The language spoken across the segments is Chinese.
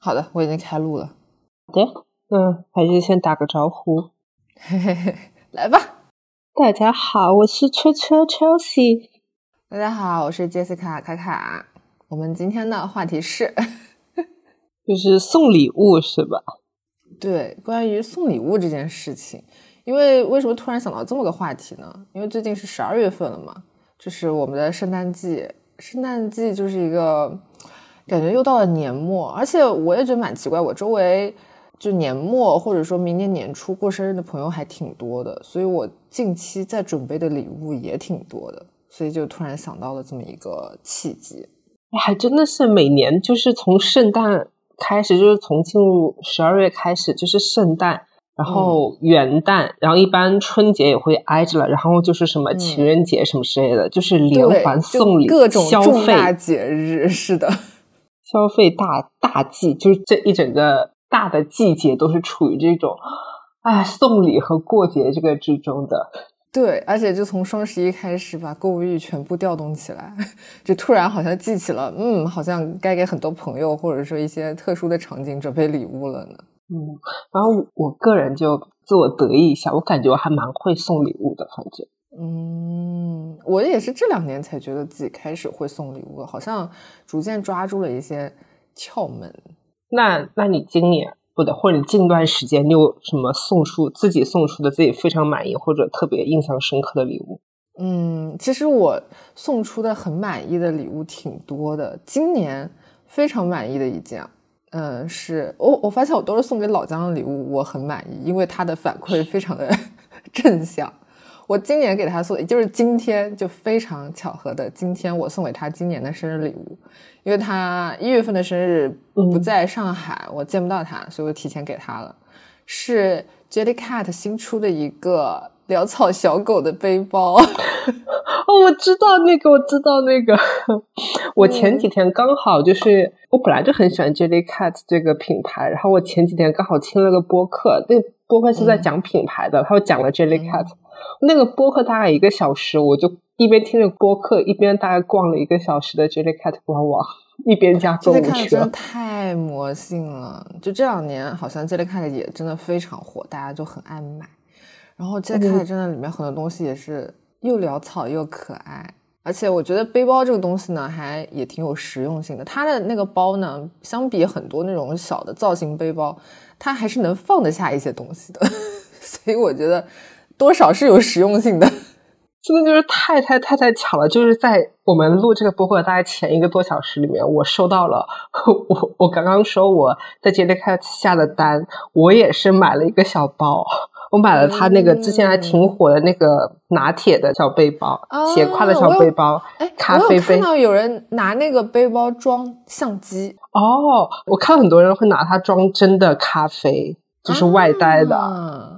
好的，我已经开录了。 好的，还是先打个招呼。 嘿嘿嘿，来吧。 大家好，我是车 Chelsea。 大家好，我是 Jessica 卡卡。我们今天的话题是就是送礼物是吧？ 对，关于送礼物这件事情。为什么突然想到这么个话题呢？因为最近是12月份了嘛，就是我们的圣诞季。圣诞季就是一个感觉又到了年末，而且我也觉得蛮奇怪，我周围就年末或者说明年年初过生日的朋友还挺多的，所以我近期在准备的礼物也挺多的，所以就突然想到了这么一个契机。 还真的是每年就是从圣诞开始，就是从进入12月开始就是圣诞，然后元旦，然后一般春节也会挨着了，然后就是什么情人节什么之类的，就是连环送礼， 各种重大节日，是的， 消费大季，就是这一整个大的季节都是处于这种送礼和过节这个之中的。 对，而且就从双11开始把购物欲全部调动起来，就突然好像记起了好像该给很多朋友或者说一些特殊的场景准备礼物了呢。 然后我个人就自我得意一下，我感觉我还蛮会送礼物的，反正我也是这2年才觉得自己开始会送礼物了，好像逐渐抓住了一些窍门。 那你今年或者你近段时间你有什么自己送出的自己非常满意或者特别印象深刻的礼物？ 其实我送出的很满意的礼物挺多的。今年非常满意的一件是我发现我都是送给老姜的礼物我很满意，因为他的反馈非常的正向。我今年给他送，就是今天就非常巧合的，今天我送给他今年的生日礼物，因为他1月份的生日不在上海，我见不到他，所以我提前给他了。是 Jellycat 新出的一个潦草小狗的背包。 我知道那个我前几天刚好就是我本来就很喜欢 Jellycat 这个品牌，然后我前几天刚好听了个播客，那个播客是在讲品牌的，他讲了 Jellycat，那个播客大概1个小时，我就一边听着播客一边大概逛了1个小时的 Jellycat 官网，一边加购物车。 Jellycat 真的太魔性了，就这2年好像 Jellycat 也真的非常火，大家就很爱买。然后 Jellycat 真的里面很多东西也是又潦草又可爱，而且我觉得背包这个东西呢还也挺有实用性的。它的那个包呢，相比很多那种小的造型背包，它还是能放得下一些东西的所以我觉得多少是有实用性的。 真的就是太巧了，就是在我们录这个播客大概前1个多小时里面，我收到了我刚刚说我在 Jellycat 下的单，我也是买了一个小包，我买了他那个之前还挺火的那个拿铁的小背包，斜挎的小背包，咖啡杯。我有看到有人拿那个背包装相机。 我看很多人会拿它装真的咖啡，就是外带的。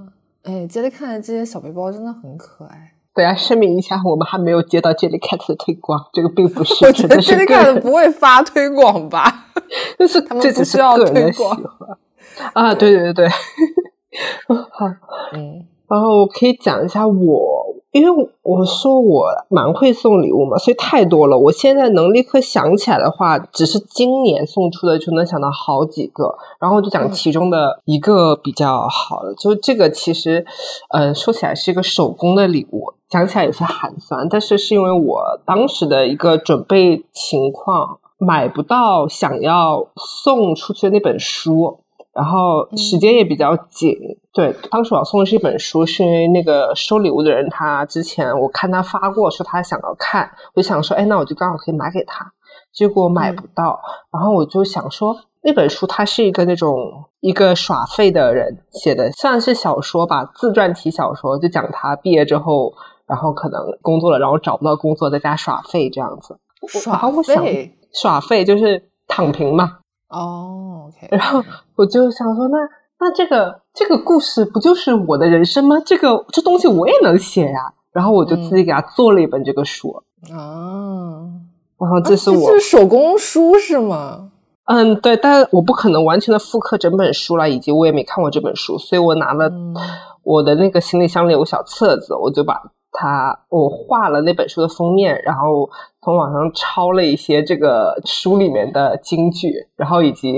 Jellycat 的这些小背包真的很可爱。 对啊，声明一下，我们还没有接到 Jellycat 的推广，这个并不是。 我觉得 Jellycat 不会发推广吧？ 就是他们不需要推广啊！对，好，然后我可以讲一下因为我说我蛮会送礼物嘛，所以太多了。我现在能立刻想起来的话，只是今年送出的就能想到好几个，然后就讲其中的一个比较好的。就这个其实说起来是一个手工的礼物，讲起来有些寒酸，但是因为我当时的一个准备情况买不到想要送出去的那本书，然后时间也比较紧。对，当时我要送的是一本书，是因为那个收礼物的人他之前我看他发过说他想要看，我就想说那我就刚好可以买给他，结果买不到。然后我就想说那本书它是一个耍废的人写的，算是小说吧，自传体小说，就讲他毕业之后然后可能工作了，然后找不到工作在家耍废这样子。耍废就是躺平嘛。 OK。 然后我就想说那这个故事不就是我的人生吗？这东西我也能写呀。然后我就自己给他做了一本这个书。然后这是手工书是吗？ 对，但我不可能完全的复刻整本书了，以及我也没看过这本书，所以我拿了我的那个行李箱里有个小册子，我就把我画了那本书的封面，然后从网上抄了一些这个书里面的金句，然后以及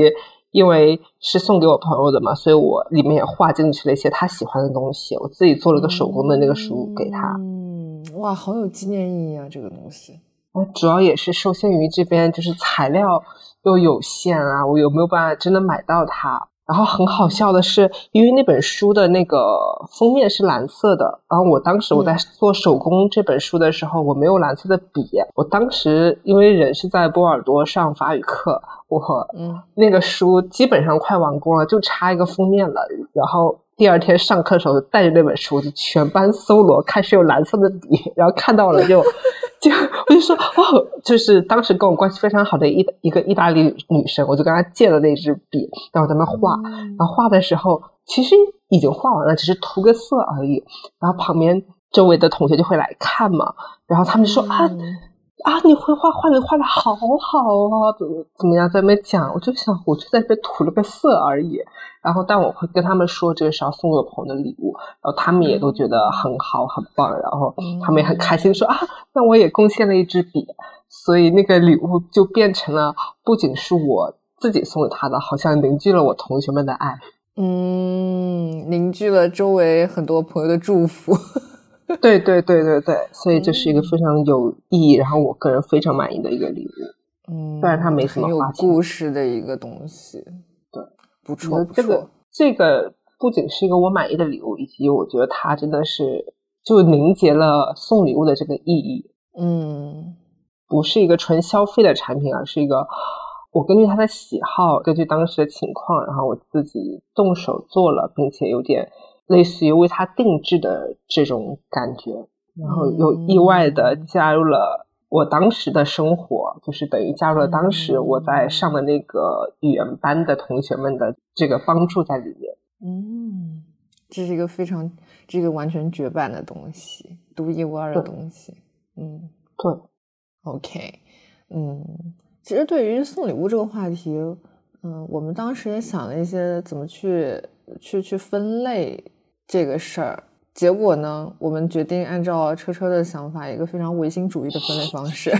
因为是送给我朋友的嘛，所以我里面也画进去了一些他喜欢的东西，我自己做了个手工的那个书给他。 哇，好有纪念意义啊，这个东西。 主要也是受限于这边就是材料又有限啊，我有没有办法真的买到它。然后很好笑的是，因为那本书的那个封面是蓝色的，然后我当时我在做手工这本书的时候，我没有蓝色的笔，我当时因为人是在波尔多上法语课，我那个书基本上快完工了，就差一个封面了，然后第二天上课的时候带着那本书就全班搜罗看是有蓝色的笔，然后看到了就我就说哦，就是当时跟我关系非常好的一个意大利女生，我就跟她借了那支笔，然后在那画，然后画的时候其实已经画完了，只是涂个色而已，然后旁边周围的同学就会来看嘛，然后他们说你会画画，你画的好好啊，怎么样在那边讲，我就想我就在这边涂了个色而已，然后但我会跟他们说这个是要送给我朋友的礼物，然后他们也都觉得很好很棒，然后他们也很开心说那我也贡献了一支笔，所以那个礼物就变成了不仅是我自己送给他的，好像凝聚了我同学们的爱， 凝聚了周围很多朋友的祝福。 对，所以这是一个非常有意义，然后我个人非常满意的一个礼物。虽然它没什么花钱， 很有故事的一个东西。对，不错。 这个不仅是一个我满意的礼物，以及我觉得它真的是就凝结了送礼物的这个意义。不是一个纯消费的产品，而是一个我根据他的喜好，根据当时的情况，然后我自己动手做了，并且有点类似于为他定制的这种感觉，然后又意外的加入了我当时的生活，就是等于加入了当时我在上的那个语言班的同学们的这个帮助在里面。 这是一个完全绝版的东西，独一无二的东西。 对 OK。其实对于送礼物这个话题，我们当时也想了一些怎么去分类这个事儿，结果呢，我们决定按照车的想法，一个非常唯心主义的分类方式，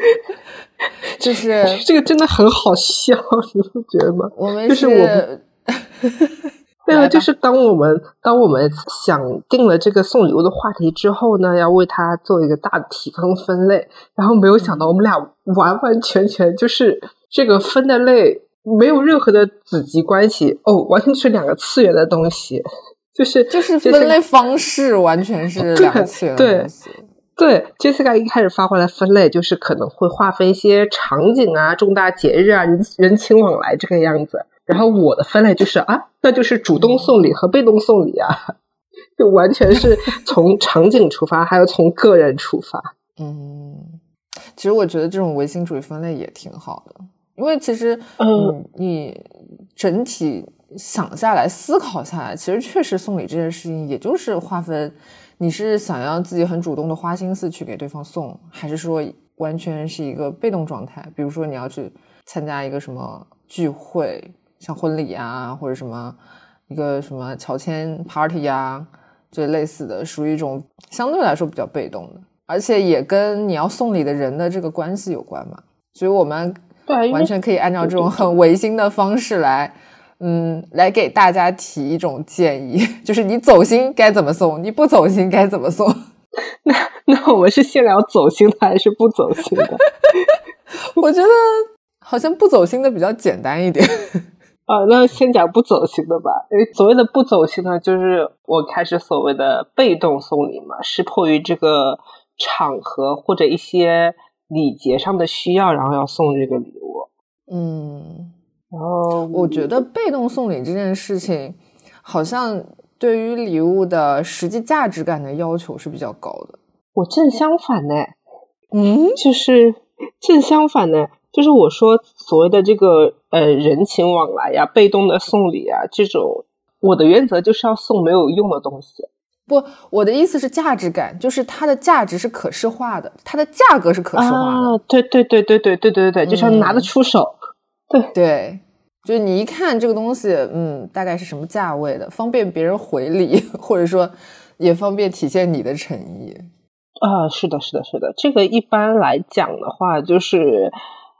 就是这个真的很好笑，你不觉得吗？ 我们就是对啊，就是当我们想定了这个送礼物的话题之后呢，要为它做一个大的提纲分类，然后没有想到我们俩完完全全就是这个分的类没有任何的子集关系完全是两个次元的东西，就是分类方式完全是两个次元的东西。 对 Jessica 一开始发过来分类就是可能会划分一些场景啊、重大节日啊、人情往来这个样子，然后我的分类就是那就是主动送礼和被动送礼啊，就完全是从场景出发还有从个人出发。 其实我觉得这种唯心主义分类也挺好的，因为其实你整体想下来思考下来，其实确实送礼这件事情也就是划分你是想要自己很主动的花心思去给对方送，还是说完全是一个被动状态，比如说你要去参加一个什么聚会，像婚礼啊，或者什么一个什么乔迁 party 啊，这类似的，属于一种相对来说比较被动的，而且也跟你要送礼的人的这个关系有关嘛，所以我们完全可以按照这种很唯心的方式来给大家提一种建议，就是你走心该怎么送，你不走心该怎么送。 那我们是先聊走心的还是不走心的？ 我觉得好像不走心的比较简单一点。 那先讲不走心的吧。因为所谓的不走心呢，就是我开始所谓的被动送礼嘛，是迫于这个场合或者一些礼节上的需要，然后要送这个礼物。然后我觉得被动送礼这件事情好像对于礼物的实际价值感的要求是比较高的。 我正相反呢。就是正相反呢，就是我说所谓的这个人情往来呀、被动的送礼啊，这种我的原则就是要送没有用的东西。 不，我的意思是价值感，就是它的价值是可视化的，它的价格是可视化的。 对，就是要拿得出手。 对，就是你一看这个东西大概是什么价位的，方便别人回礼，或者说也方便体现你的诚意。 是的，这个一般来讲的话，就是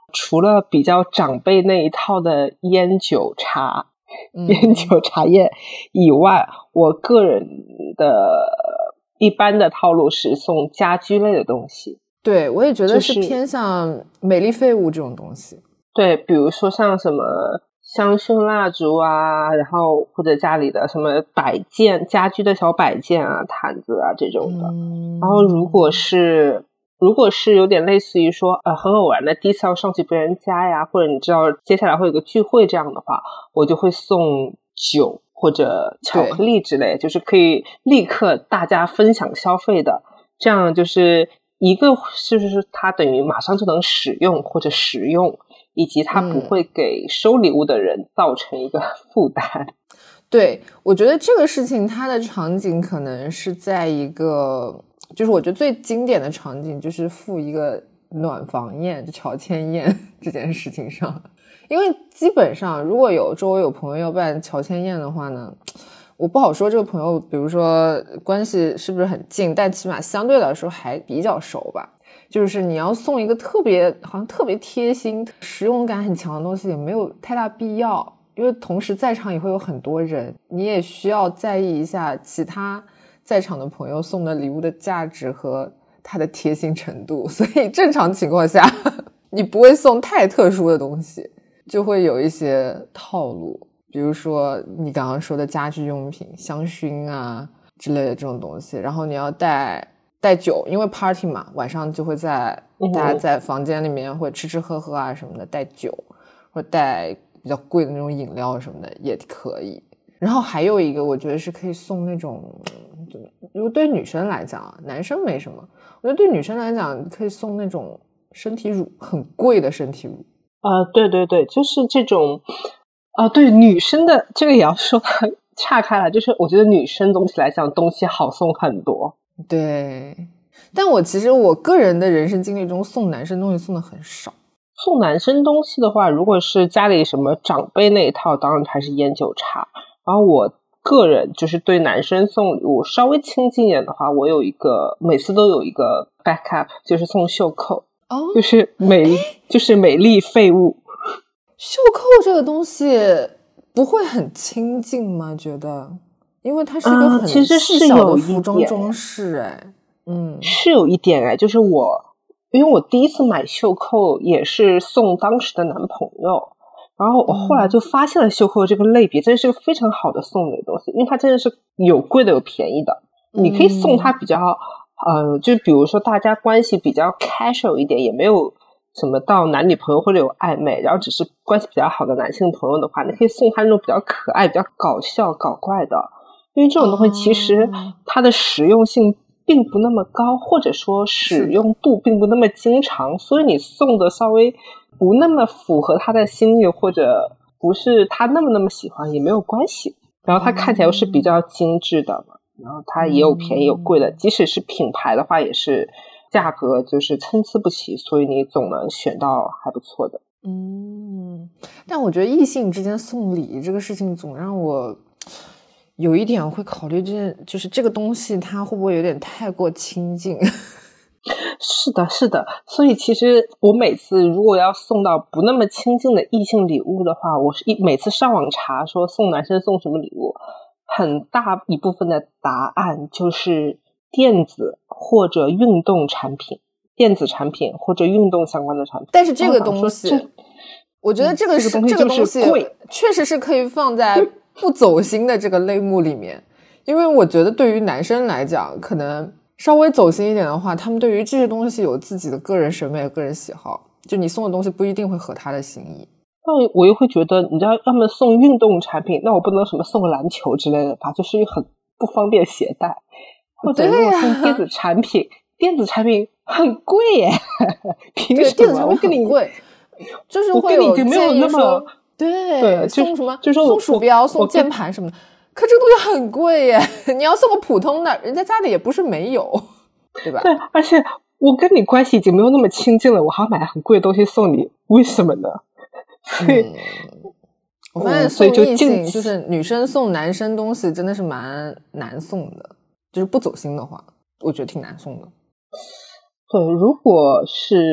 除了比较长辈那一套的烟酒茶、烟酒茶叶以外，我个人的一般的套路是送家居类的东西。 对，我也觉得是偏向美丽废物这种东西。 对，比如说像什么香薰蜡烛啊，然后或者家里的什么摆件，家居的小摆件啊，毯子啊这种的。然后如果是有点类似于说很偶然的第一次要上去别人家呀，或者你知道接下来会有个聚会这样的话，我就会送酒或者巧克力之类，就是可以立刻大家分享消费的，这样就是一个就是它等于马上就能使用或者实用，以及它不会给收礼物的人造成一个负担。 对，我觉得这个事情它的场景可能是在一个，就是我觉得最经典的场景就是赴一个暖房宴，就乔迁宴这件事情上。因为基本上如果周围有朋友要办乔迁宴的话呢，我不好说这个朋友比如说关系是不是很近，但起码相对来说还比较熟吧。就是你要送一个好像特别贴心实用感很强的东西也没有太大必要，因为同时在场也会有很多人，你也需要在意一下其他在场的朋友送的礼物的价值和它的贴心程度，所以正常情况下你不会送太特殊的东西，就会有一些套路，比如说你刚刚说的家居用品，香薰啊之类的这种东西，然后你要带酒，因为 party 嘛，晚上就会大家在房间里面会吃吃喝喝啊什么的，带酒或者带比较贵的那种饮料什么的也可以。然后还有一个我觉得是可以送那种，如果对女生来讲，男生没什么，我觉得对女生来讲可以送那种身体乳，很贵的身体乳。 对对对，就是这种对女生的这个也要说岔开了，就是我觉得女生总体来讲东西好送很多。 对，但其实我个人的人生经历中送男生东西送的很少。 送男生东西的话，如果是家里什么长辈那一套，当然还是烟酒茶。然后我个人就是对男生送礼物稍微亲近一点的话，我每次都有一个 backup， 就是送袖扣。就是美丽废物。 袖扣这个东西不会很亲近吗？觉得因为它是一个很细小的服装装饰是有一点就是因为我第一次买袖扣也是送当时的男朋友，然后我后来就发现了袖扣这个类别真的是个非常好的送礼的东西，因为它真的是有贵的有便宜的，你可以送它比较就比如说大家关系比较 casual 一点，也没有什么到男女朋友或者有暧昧，然后只是关系比较好的男性朋友的话，你可以送他那种比较可爱比较搞笑搞怪的，因为这种东西其实它的实用性并不那么高，或者说使用度并不那么经常，所以你送的稍微不那么符合他的心意，或者不是他那么喜欢也没有关系，然后它看起来又是比较精致的嘛，然后它也有便宜有贵的，即使是品牌的话也是价格就是参差不齐，所以你总能选到还不错的。 但我觉得异性之间送礼这个事情总让我有一点会考虑就是这个东西它会不会有点太过亲近。 是的是的，所以其实我每次如果要送到不那么亲近的异性礼物的话，我是每次上网查说送男生送什么礼物，很大一部分的答案就是电子或者运动产品，电子产品或者运动相关的产品。 但是这个东西我觉得这个东西确实是可以放在不走心的这个类目里面，因为我觉得对于男生来讲可能稍微走心一点的话，他们对于这些东西有自己的个人审美和个人喜好，就你送的东西不一定会合他的心意。 那我又会觉得你知道要么送运动产品，那我不能什么送个篮球之类的吧，就是很不方便携带，或者如果送电子产品电子产品很贵耶，凭什么？ 电子产品很贵，就是会有建议说对送什么就是送鼠标送键盘什么的，可这个东西很贵耶，你要送个普通的人家家里也不是没有，对吧？ 对，而且我跟你关系已经没有那么亲近了，我还要买很贵的东西送你，为什么呢？所以我发现送异性就是女生送男生东西真的是蛮难送的，就是不走心的话我觉得挺难送的。 对，如果是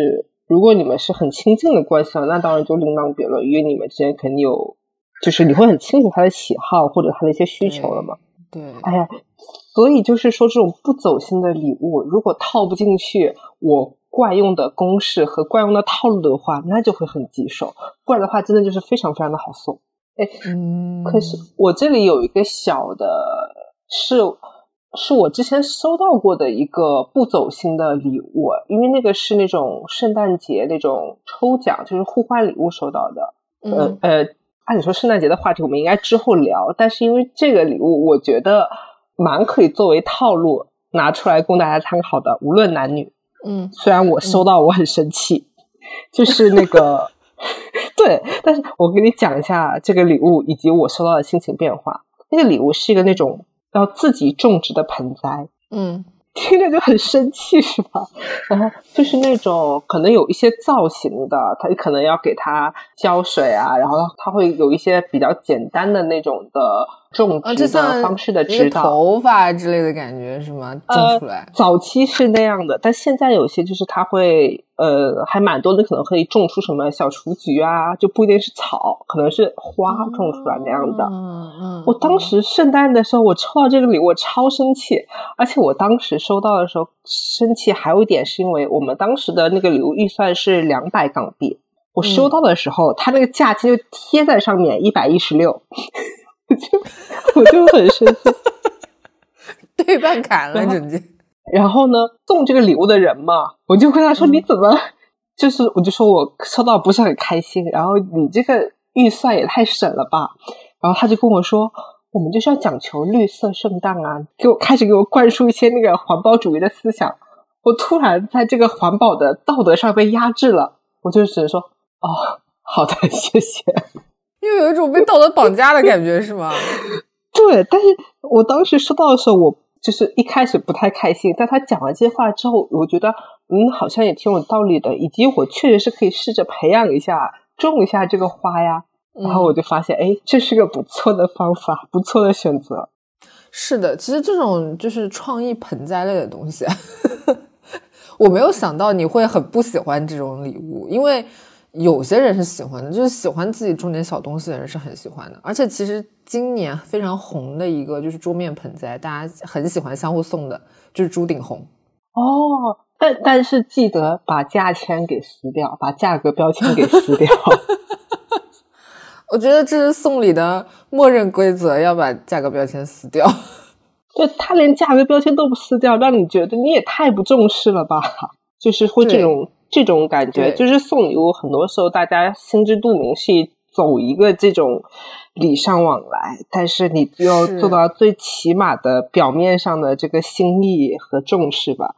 如果你们是很亲近的关系那当然就另当别论，因为你们之间肯定有，就是你会很清楚他的喜好或者他的一些需求了嘛。 对， 哎呀，所以就是说这种不走心的礼物，如果套不进去我惯用的公式和惯用的套路的话，那就会很棘手，不然的话真的就是非常非常的好送。可是我这里有一个小的是我之前收到过的一个不走心的礼物，因为那个是那种圣诞节那种抽奖，就是互换礼物收到的。按理说圣诞节的话题我们应该之后聊，但是因为这个礼物我觉得蛮可以作为套路拿出来供大家参考的，无论男女。虽然我收到我很生气，就是那个对，但是我给你讲一下这个礼物以及我收到的心情变化。那个礼物是一个那种要自己种植的盆栽，听着就很生气是吧？然后就是那种可能有一些造型的，它可能要给它浇水啊，然后它会有一些比较简单的那种的种植的方式的指导， 头发之类的感觉是吗？种出来早期是那样的，但现在有些就是它会还蛮多的，可能可以种出什么小雏菊啊，就不一定是草，可能是花种出来那样的。我当时圣诞的时候我抽到这个礼物我超生气，而且我当时收到的时候生气还有一点是因为我们当时的那个礼物预算是200港币，我收到的时候它那个价钱就贴在上面116我就很生气对半砍了整件。 然后呢送这个礼物的人嘛，我就跟他说你怎么就是我就说我收到不是很开心，然后你这个预算也太省了吧，然后他就跟我说我们就是要讲求绿色圣诞啊，开始给我灌输一些那个环保主义的思想。我突然在这个环保的道德上被压制了，我就只能说哦好的谢谢， 又有一种被道德绑架的感觉是吗？ 对，但是我当时收到的时候我就是一开始不太开心，但他讲了这些话之后我觉得好像也挺有道理的，以及我确实是可以试着培养一下种一下这个花呀，然后我就发现这是个不错的方法，不错的选择。 是的，其实这种就是创意盆栽类的东西我没有想到你会很不喜欢这种礼物，因为有些人是喜欢的，就是喜欢自己种点小东西的人是很喜欢的。而且其实今年非常红的一个就是桌面盆栽，大家很喜欢相互送的，就是朱顶红。 但是记得把价钱给撕掉，把价格标签给撕掉我觉得这是送礼的默认规则，要把价格标签撕掉。 对，他连价格标签都不撕掉，让你觉得你也太不重视了吧，就是会这种感觉。就是送礼物很多时候大家心知肚明是走一个这种礼尚往来，但是你就要做到最起码的表面上的这个心意和重视吧。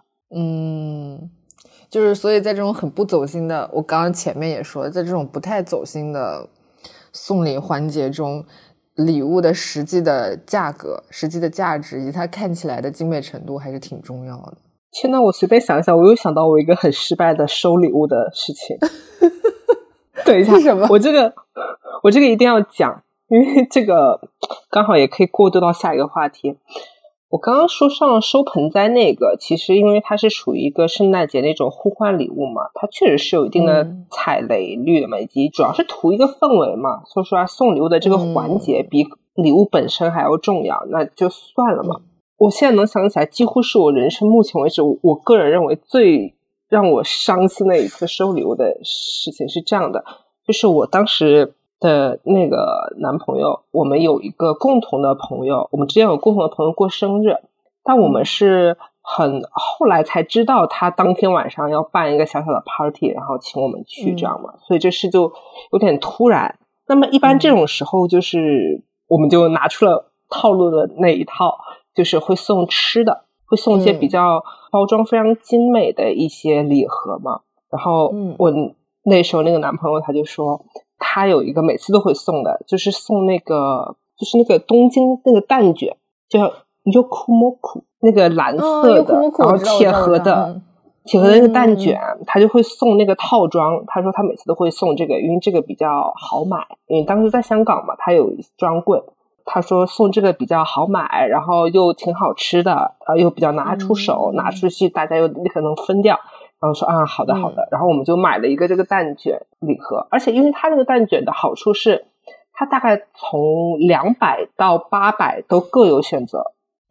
就是所以在这种很不走心的，我刚刚前面也说，在这种不太走心的送礼环节中，礼物的实际的价格、实际的价值以及它看起来的精美程度还是挺重要的。 天哪，我随便想一想，我又想到我一个很失败的收礼物的事情等一下， 什么？ 我这个一定要讲，因为这个刚好也可以过渡到下一个话题。我刚刚说上收盆栽那个，其实因为它是属于一个圣诞节那种互换礼物嘛，它确实是有一定的踩雷率的嘛，以及主要是图一个氛围嘛。说实话，送礼物的这个环节比礼物本身还要重要，那就算了嘛。我现在能想起来，几乎是我人生目前为止我个人认为最让我伤心的一次收礼物的事情是这样的，就是我当时的那个男朋友，我们有一个共同的朋友，我们之间有共同的朋友过生日，但我们是很后来才知道他当天晚上要办一个小小的 party， 然后请我们去这样嘛，所以这事就有点突然。那么一般这种时候就是我们就拿出了套路的那一套，就是会送吃的，会送一些比较包装非常精美的一些礼盒嘛。然后我那时候那个男朋友他就说他有一个每次都会送的，就是送那个东京那个蛋卷，叫Yokomoku，那个蓝色的，然后铁盒的那个蛋卷，他就会送那个套装。他说他每次都会送这个，因为这个比较好买，因为当时在香港嘛，他有专柜。他说送这个比较好买，然后又挺好吃的，又比较拿出手，拿出去大家又立刻能分掉。 然后说啊好的好的，然后我们就买了一个这个蛋卷礼盒，而且因为它这个蛋卷的好处是它大概从200到800都各有选择，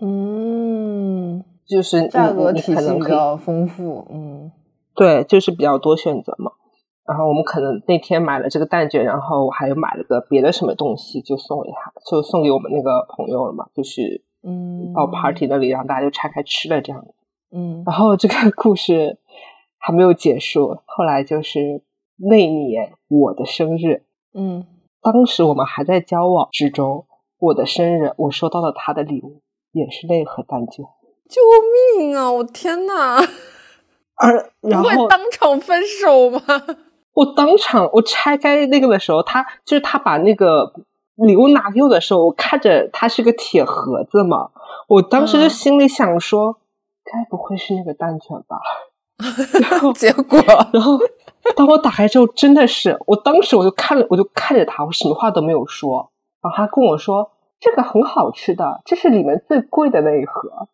就是价格体系比较丰富， 对，就是比较多选择嘛。然后我们可能那天买了这个蛋卷，然后还有买了个别的什么东西，就送给我们那个朋友了嘛，就是到 party 那里让大家就拆开吃了这样。然后这个故事还没有结束，后来就是那年我的生日，当时我们还在交往之中，我的生日我收到了他的礼物，也是那盒蛋卷。 救命啊！我天哪！ 然后不会当场分手吗？ 我拆开那个的时候，他把那个礼物拿给我的时候，我看着它是个铁盒子嘛，我当时就心里想说，该不会是那个蛋卷吧？ 结果， 然后当我打开之后，真的是，我当时我就看着他，我什么话都没有说，然后他跟我说，这个很好吃的，这是里面最贵的那一盒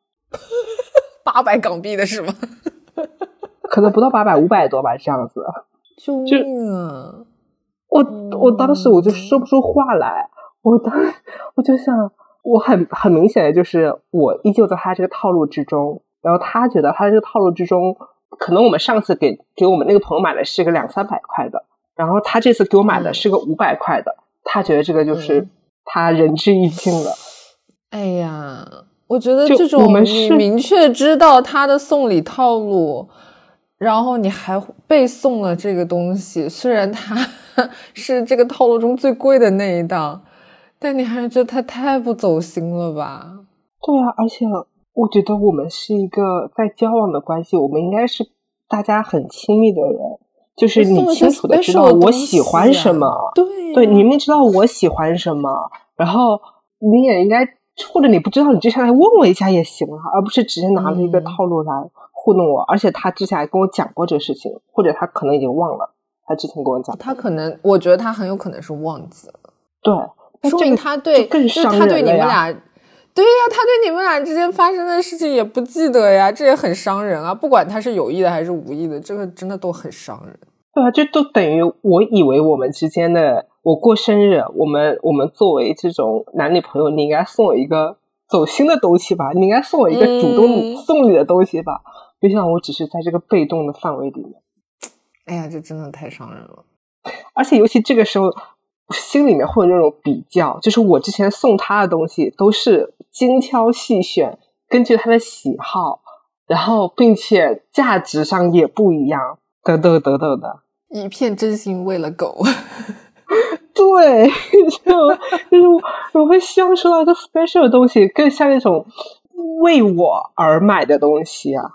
，800港币的是吗？ 可能不到800 500多吧，这样子。 救命啊！ 我当时我就说不出话来，我就想，我很明显的就是我依旧在他这个套路之中，然后他觉得他这个套路之中，可能我们上次给我们那个朋友买的是个200-300块的，然后他这次给我买的是个500块的，他觉得这个就是他仁至义尽了。 哎呀，我觉得这种你明确知道他的送礼套路，然后你还被送了这个东西，虽然它是这个套路中最贵的那一档，但你还是觉得他太不走心了吧？ 对啊，而且我觉得我们是一个在交往的关系，我们应该是大家很亲密的人，就是你清楚的知道我喜欢什么，对，你们知道我喜欢什么，然后你也应该，或者你不知道你就上来问我一下也行啊，而不是直接拿了一个套路来糊弄我。而且他之前还跟我讲过这个事情，或者他可能已经忘了，他之前跟我讲， 他可能，我觉得他很有可能是忘记了， 对， 说明他对， 就是他对你们俩。对呀，他对你们俩之间发生的事情也不记得呀，这也很伤人啊！不管他是有意的还是无意的，这个真的都很伤人。 对啊，这都等于我以为我们之间的，我过生日，我们作为这种男女朋友，你应该送我一个走心的东西吧，你应该送我一个主动送礼的东西吧。没想到我只是在这个被动的范围里面。 哎呀，这真的太伤人了。 而且尤其这个时候，心里面会有那种比较，就是我之前送他的东西都是精挑细选，根据他的喜好，然后并且价值上也不一样，得的， 一片真心为了狗。 对，就是我会希望收到一个 special 的东西，更像那种为我而买的东西啊。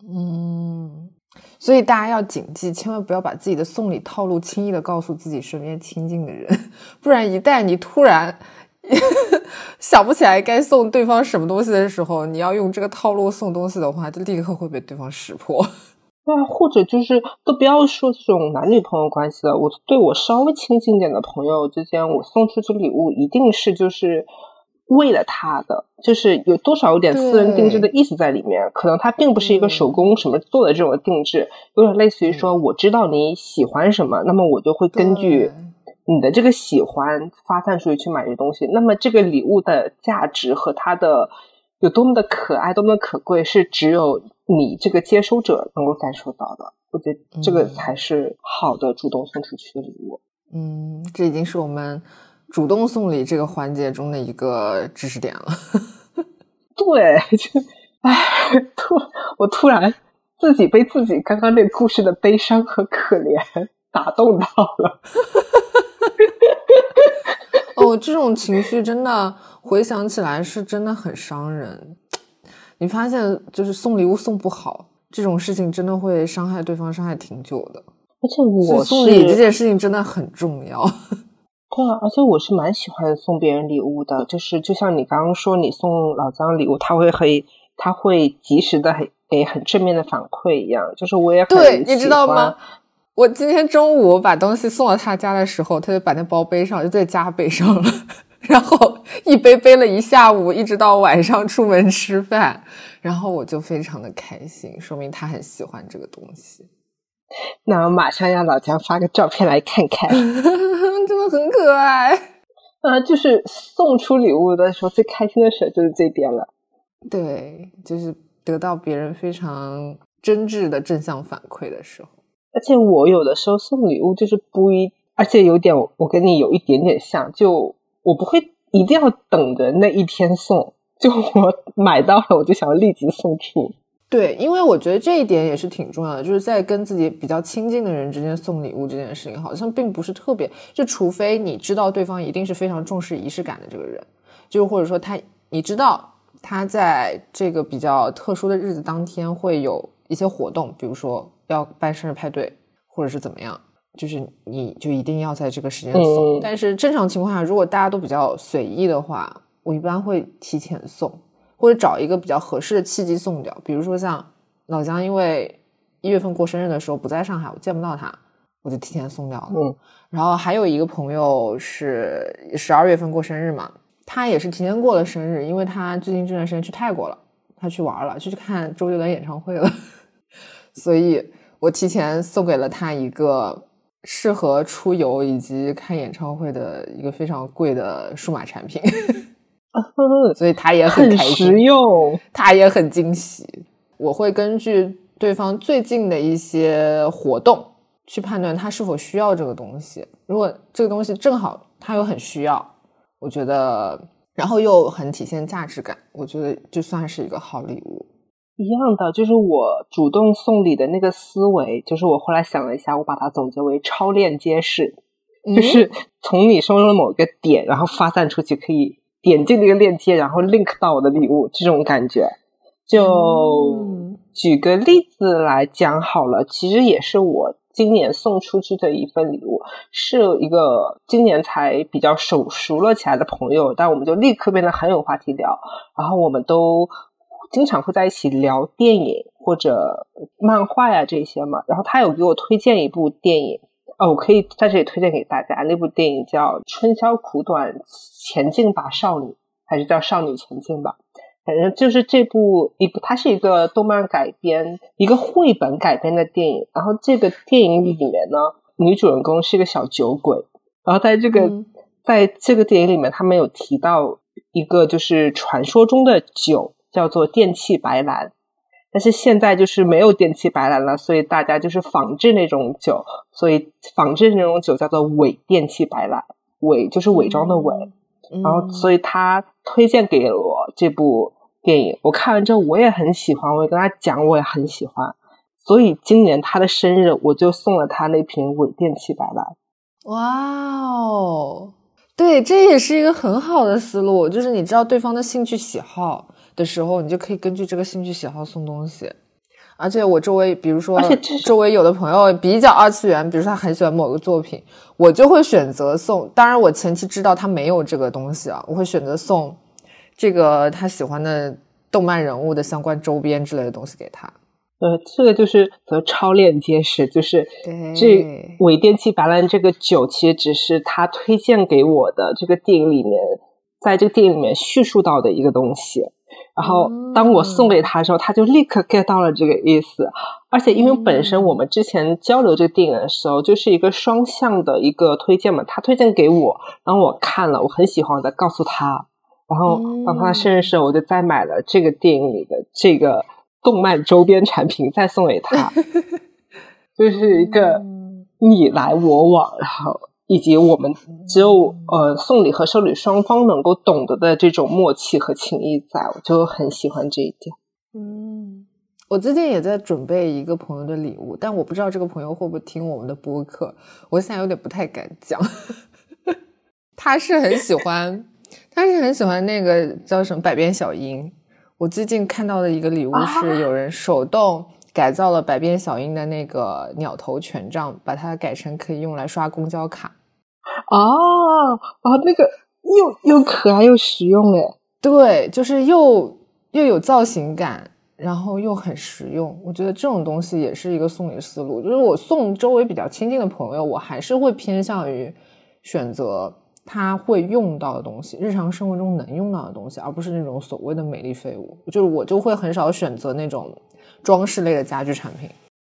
所以大家要谨记，千万不要把自己的送礼套路轻易的告诉自己身边亲近的人，不然一旦你突然想不起来该送对方什么东西的时候，你要用这个套路送东西的话，就立刻会被对方识破。 对啊，或者就是都不要说这种男女朋友关系了，我对我稍微亲近点的朋友之间，我送出去礼物一定是就是为了他的，就是有多少有点私人定制的意思在里面，可能它并不是一个手工什么做的这种定制，有点类似于说我知道你喜欢什么，那么我就会根据你的这个喜欢发散出去买这东西，那么这个礼物的价值和它的有多么的可爱多么的可贵，是只有你这个接收者能够感受到的。我觉得这个才是好的主动送出去的礼物。 这已经是我们主动送礼这个环节中的一个知识点了。 对，我突然自己被自己刚刚那个故事的悲伤和可怜打动到了。 这种情绪真的回想起来是真的很伤人。你发现就是送礼物送不好这种事情真的会伤害对方，伤害挺久的。 而且送礼这件事情真的很重要。 对啊，而且我是蛮喜欢送别人礼物的，就是就像你刚刚说你送老姜礼物他会及时的给很正面的反馈一样，就是我也很对，你知道吗？我今天中午把东西送到他家的时候，他就把那包背上，就在家背上了。 然后一杯背了一下午，一直到晚上出门吃饭，然后我就非常的开心，说明他很喜欢这个东西。 那我马上让老姜发个照片来看看。 真的很可爱。 就是送出礼物的时候最开心的事就是这边了。 对，就是得到别人非常真挚的正向反馈的时候。 而且我有的时候送礼物就是而且有点我跟你有一点点像，就我不会一定要等着那一天送，就我买到了我就想要立即送出。 对，因为我觉得这一点也是挺重要的，就是在跟自己比较亲近的人之间送礼物这件事情好像并不是特别，就除非你知道对方一定是非常重视仪式感的这个人，就或者说你知道他在这个比较特殊的日子当天会有一些活动，比如说要办生日派对或者是怎么样，就是你就一定要在这个时间送。但是正常情况下如果大家都比较随意的话，我一般会提前送，或者找一个比较合适的契机送掉。比如说像老姜因为1月份过生日的时候不在上海，我见不到他，我就提前送掉了。然后还有一个朋友是12月份过生日嘛，他也是提前过了生日，因为他最近这段时间去泰国了，他去玩了，就去看周杰伦演唱会了所以我提前送给了他一个适合出游以及看演唱会的一个非常贵的数码产品所以他也很开心， 很实用， 他也很惊喜。我会根据对方最近的一些活动去判断他是否需要这个东西，如果这个东西正好他又很需要，我觉得然后又很体现价值感，我觉得就算是一个好礼物。 一样的，就是我主动送礼的那个思维，就是我后来想了一下，我把它总结为超链接式，就是从你说的某个点然后发散出去，可以点进这个链接然后 link 到我的礼物，这种感觉。就举个例子来讲好了，其实也是我今年送出去的一份礼物，是一个今年才比较熟了起来的朋友，但我们就立刻变得很有话题聊，然后我们都经常会在一起聊电影或者漫画呀这些嘛，然后他有给我推荐一部电影，我可以在这里推荐给大家，那部电影叫《春宵苦短，前进吧少女》，还是叫《少女前进吧》，反正就是它是一个动漫改编，一个绘本改编的电影。然后这个电影里面呢，女主人公是一个小酒鬼，然后在这个电影里面他们有提到一个就是传说中的酒叫做电气白兰，但是现在就是没有电气白兰了，所以大家就是仿制那种酒，所以仿制那种酒叫做伪电气白兰，伪就是伪装的伪。然后所以他推荐给了我这部电影，我看完之后我也很喜欢，我也跟他讲我也很喜欢，所以今年他的生日我就送了他那瓶伪电气白兰。 哇哦，对，这也是一个很好的思路，就是你知道对方的兴趣喜好的时候，你就可以根据这个兴趣喜好送东西。而且我周围比如说周围有的朋友比较二次元，比如说他很喜欢某个作品，我就会选择送，当然我前期知道他没有这个东西啊，我会选择送这个他喜欢的动漫人物的相关周边之类的东西给他。 这个就是超链接式，就是这伪电气白兰这个酒其实只是他推荐给我的这个电影里面，在这个电影里面叙述到的一个东西，然后当我送给他的时候他就立刻 get 到了这个意思。而且因为本身我们之前交流这个电影的时候就是一个双向的一个推荐嘛，他推荐给我，然后我看了我很喜欢，我再告诉他，然后当他生日的时候我就再买了这个电影里的这个动漫周边产品再送给他就是一个你来我往，然后以及我们只有送礼和收礼双方能够懂得的这种默契和情谊在，我就很喜欢这一点。 我最近也在准备一个朋友的礼物，但我不知道这个朋友会不会听我们的播客，我现在有点不太敢讲他是很喜欢那个叫什么百变小樱，我最近看到的一个礼物是有人手动改造了百变小樱的那个鸟头权杖，把它改成可以用来刷公交卡。 那个又可爱又实用诶。 对，就是又有造型感，然后又很实用。我觉得这种东西也是一个送礼思路，就是我送周围比较亲近的朋友，我还是会偏向于选择他会用到的东西，日常生活中能用到的东西，而不是那种所谓的美丽废物。就是我就会很少选择那种装饰类的家居产品。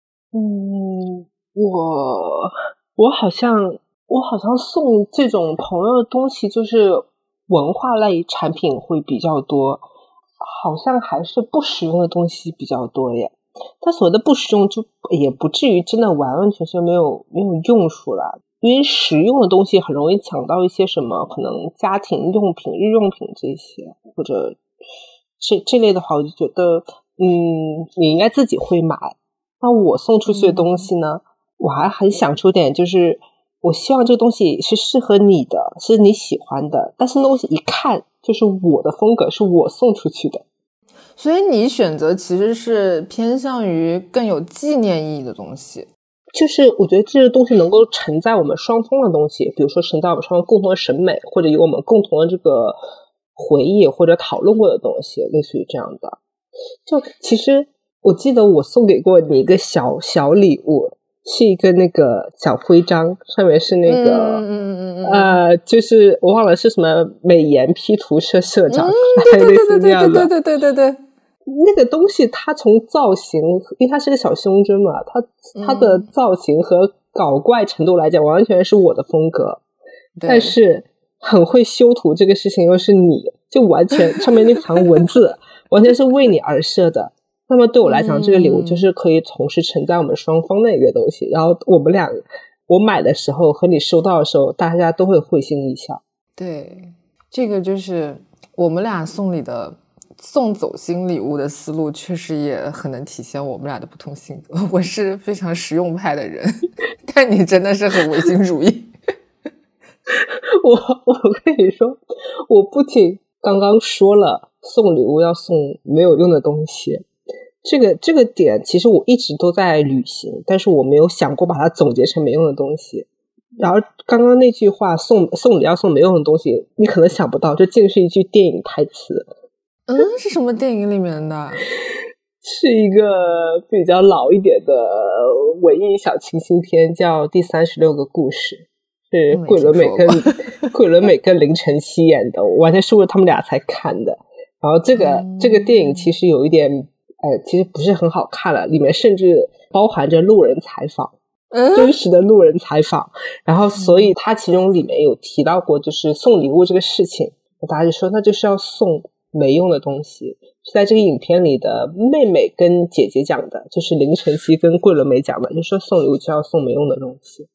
我好像送这种朋友的东西就是文化类产品会比较多，好像还是不实用的东西比较多耶。但所谓的不实用就也不至于真的完完全全没有用处了，因为实用的东西很容易抢到一些什么可能家庭用品、日用品这些，或者这类的话，我就觉得你应该自己会买。那我送出去的东西呢，我还很想出点，就是我希望这个东西是适合你的，是你喜欢的，但是东西一看就是我的风格，是我送出去的。 所以你选择其实是偏向于更有纪念意义的东西， 就是我觉得这个东西能够承载我们双方的东西，比如说承载我们双方共同的审美，或者有我们共同的这个回忆或者讨论过的东西，类似于这样的。就其实我记得我送给过你一个小礼物，是一个那个小徽章，上面是那个就是我忘了是什么美颜 P 图社社长，类似这样的。 对， 那个东西它从造型，因为它是个小胸针嘛，它的造型和搞怪程度来讲完全是我的风格，但是很会修图这个事情又是你，就完全上面那行文字完全是为你而设的。那么对我来讲，这个礼物就是可以同时承载我们双方的一个东西，然后我买的时候和你收到的时候，大家都会会心一笑。 对，这个就是我们俩送走心礼物的思路，确实也很能体现我们俩的不同性格。我是非常实用派的人，但你真的是很唯心主义。 我跟你说，我不仅刚刚说了送礼物要送没有用的东西，这个点其实我一直都在履行，但是我没有想过把它总结成没用的东西。然后刚刚那句话送礼要送没用的东西，你可能想不到，这竟是一句电影台词。 是什么电影里面的？ 是一个比较老一点的文艺小清新片，叫《第36个故事》，是桂纶镁跟林晨曦演的，我完全是为了他们俩才看的。然后这个电影其实有一点其实不是很好看了，里面甚至包含着路人采访，真实的路人采访。然后所以他其中里面有提到过就是送礼物这个事情，大家就说那就是要送没用的东西，是在这个影片里的妹妹跟姐姐讲的，就是林晨曦跟桂纶镁讲的，就是说送礼物就要送没用的东西。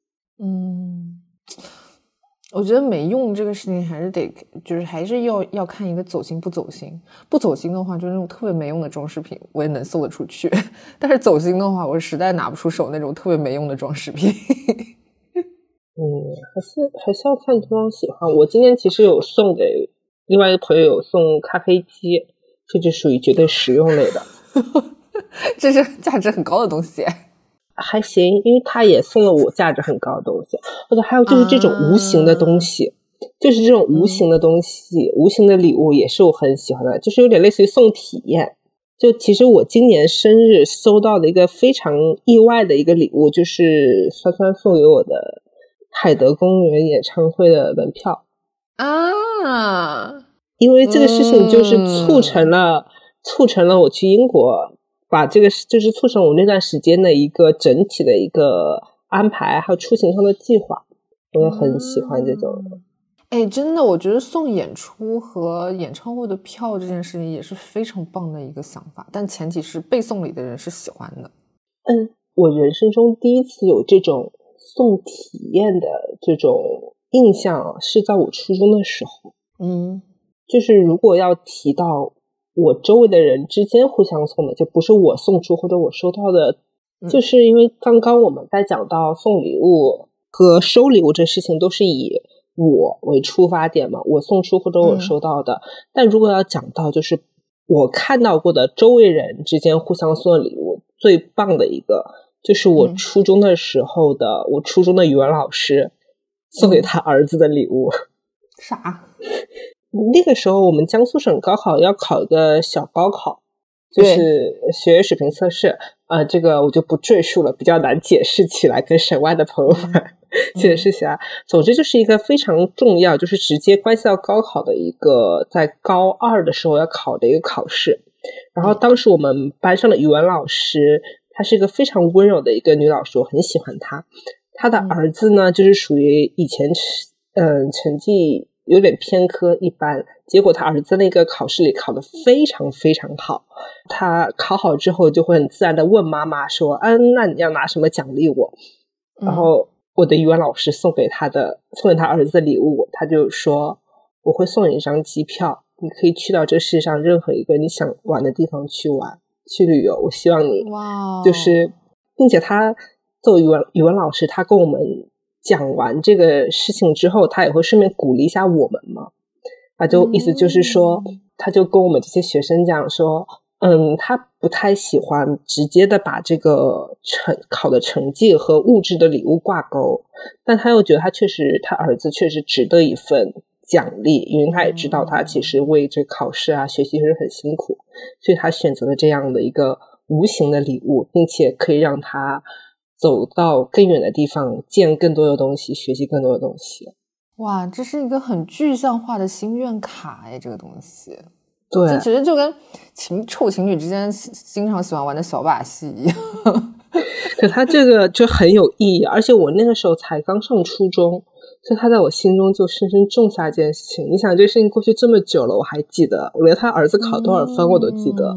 我觉得没用这个事情还是得，就是还是要看一个走心不走心。不走心的话，就是那种特别没用的装饰品，我也能送得出去。但是走心的话，我实在拿不出手那种特别没用的装饰品。 还是要看对方喜欢。我今天其实有送给另外一个朋友，有送咖啡机，这就属于绝对实用类的。 这是价值很高的东西。 还行，因为他也送了我价值很高的东西。或者还有就是这种无形的东西，就是这种无形的东西，无形的礼物也是我很喜欢的，就是有点类似于送体验。就其实我今年生日收到的一个非常意外的一个礼物，就是酸酸送给我的海德公园演唱会的门票因为这个事情就是促成了我去英国，把这个就是促成我那段时间的一个整体的一个安排，还有出行上的计划，我也很喜欢这种。 真的，我觉得送演出和演唱会的票这件事情也是非常棒的一个想法，但前提是被送礼的人是喜欢的。 我人生中第一次有这种送体验的这种印象是在我初中的时候。就是如果要提到我周围的人之间互相送的，就不是我送出或者我收到的，就是因为刚刚我们在讲到送礼物和收礼物这事情都是以我为出发点嘛，我送出或者我收到的。但如果要讲到就是我看到过的周围人之间互相送的礼物，最棒的一个就是我初中的时候的我初中的语文老师送给他儿子的礼物。 啥？ 那个时候我们江苏省高考要考一个小高考，就是学业水平测试，这个我就不赘述了，比较难解释起来跟省外的朋友们。 解释一下。总之就是一个非常重要，就是直接关系到高考的一个在高2的时候要考的一个考试。然后当时我们班上的语文老师，她是一个非常温柔的一个女老师，我很喜欢她。她的儿子呢，就是属于以前成绩有点偏科一般，结果他儿子那个考试里考得非常非常好。他考好之后就会很自然的问妈妈说那你要拿什么奖励我？然后我的语文老师送给他儿子的礼物，他就说我会送你一张机票，你可以去到这世界上任何一个你想玩的地方去玩去旅游，我希望你就是并且他作为语文老师，他跟我们讲完这个事情之后，他也会顺便鼓励一下我们嘛。他就意思就是说，他就跟我们这些学生讲说他不太喜欢直接的把这个考的成绩和物质的礼物挂钩，但他又觉得他儿子确实值得一份奖励，因为他也知道他其实为这考试啊学习是很辛苦，所以他选择了这样的一个无形的礼物，并且可以让他走到更远的地方，见更多的东西，学习更多的东西。 哇，这是一个很具象化的心愿卡哎，这个东西。 对， 这其实就跟臭情侣之间经常喜欢玩的小把戏一样。 可他这个就很有意义，而且我那个时候才刚上初中，所以他在我心中就深深种下这件事情。你想这事情过去这么久了，我还记得，我连他儿子考多少分我都记得。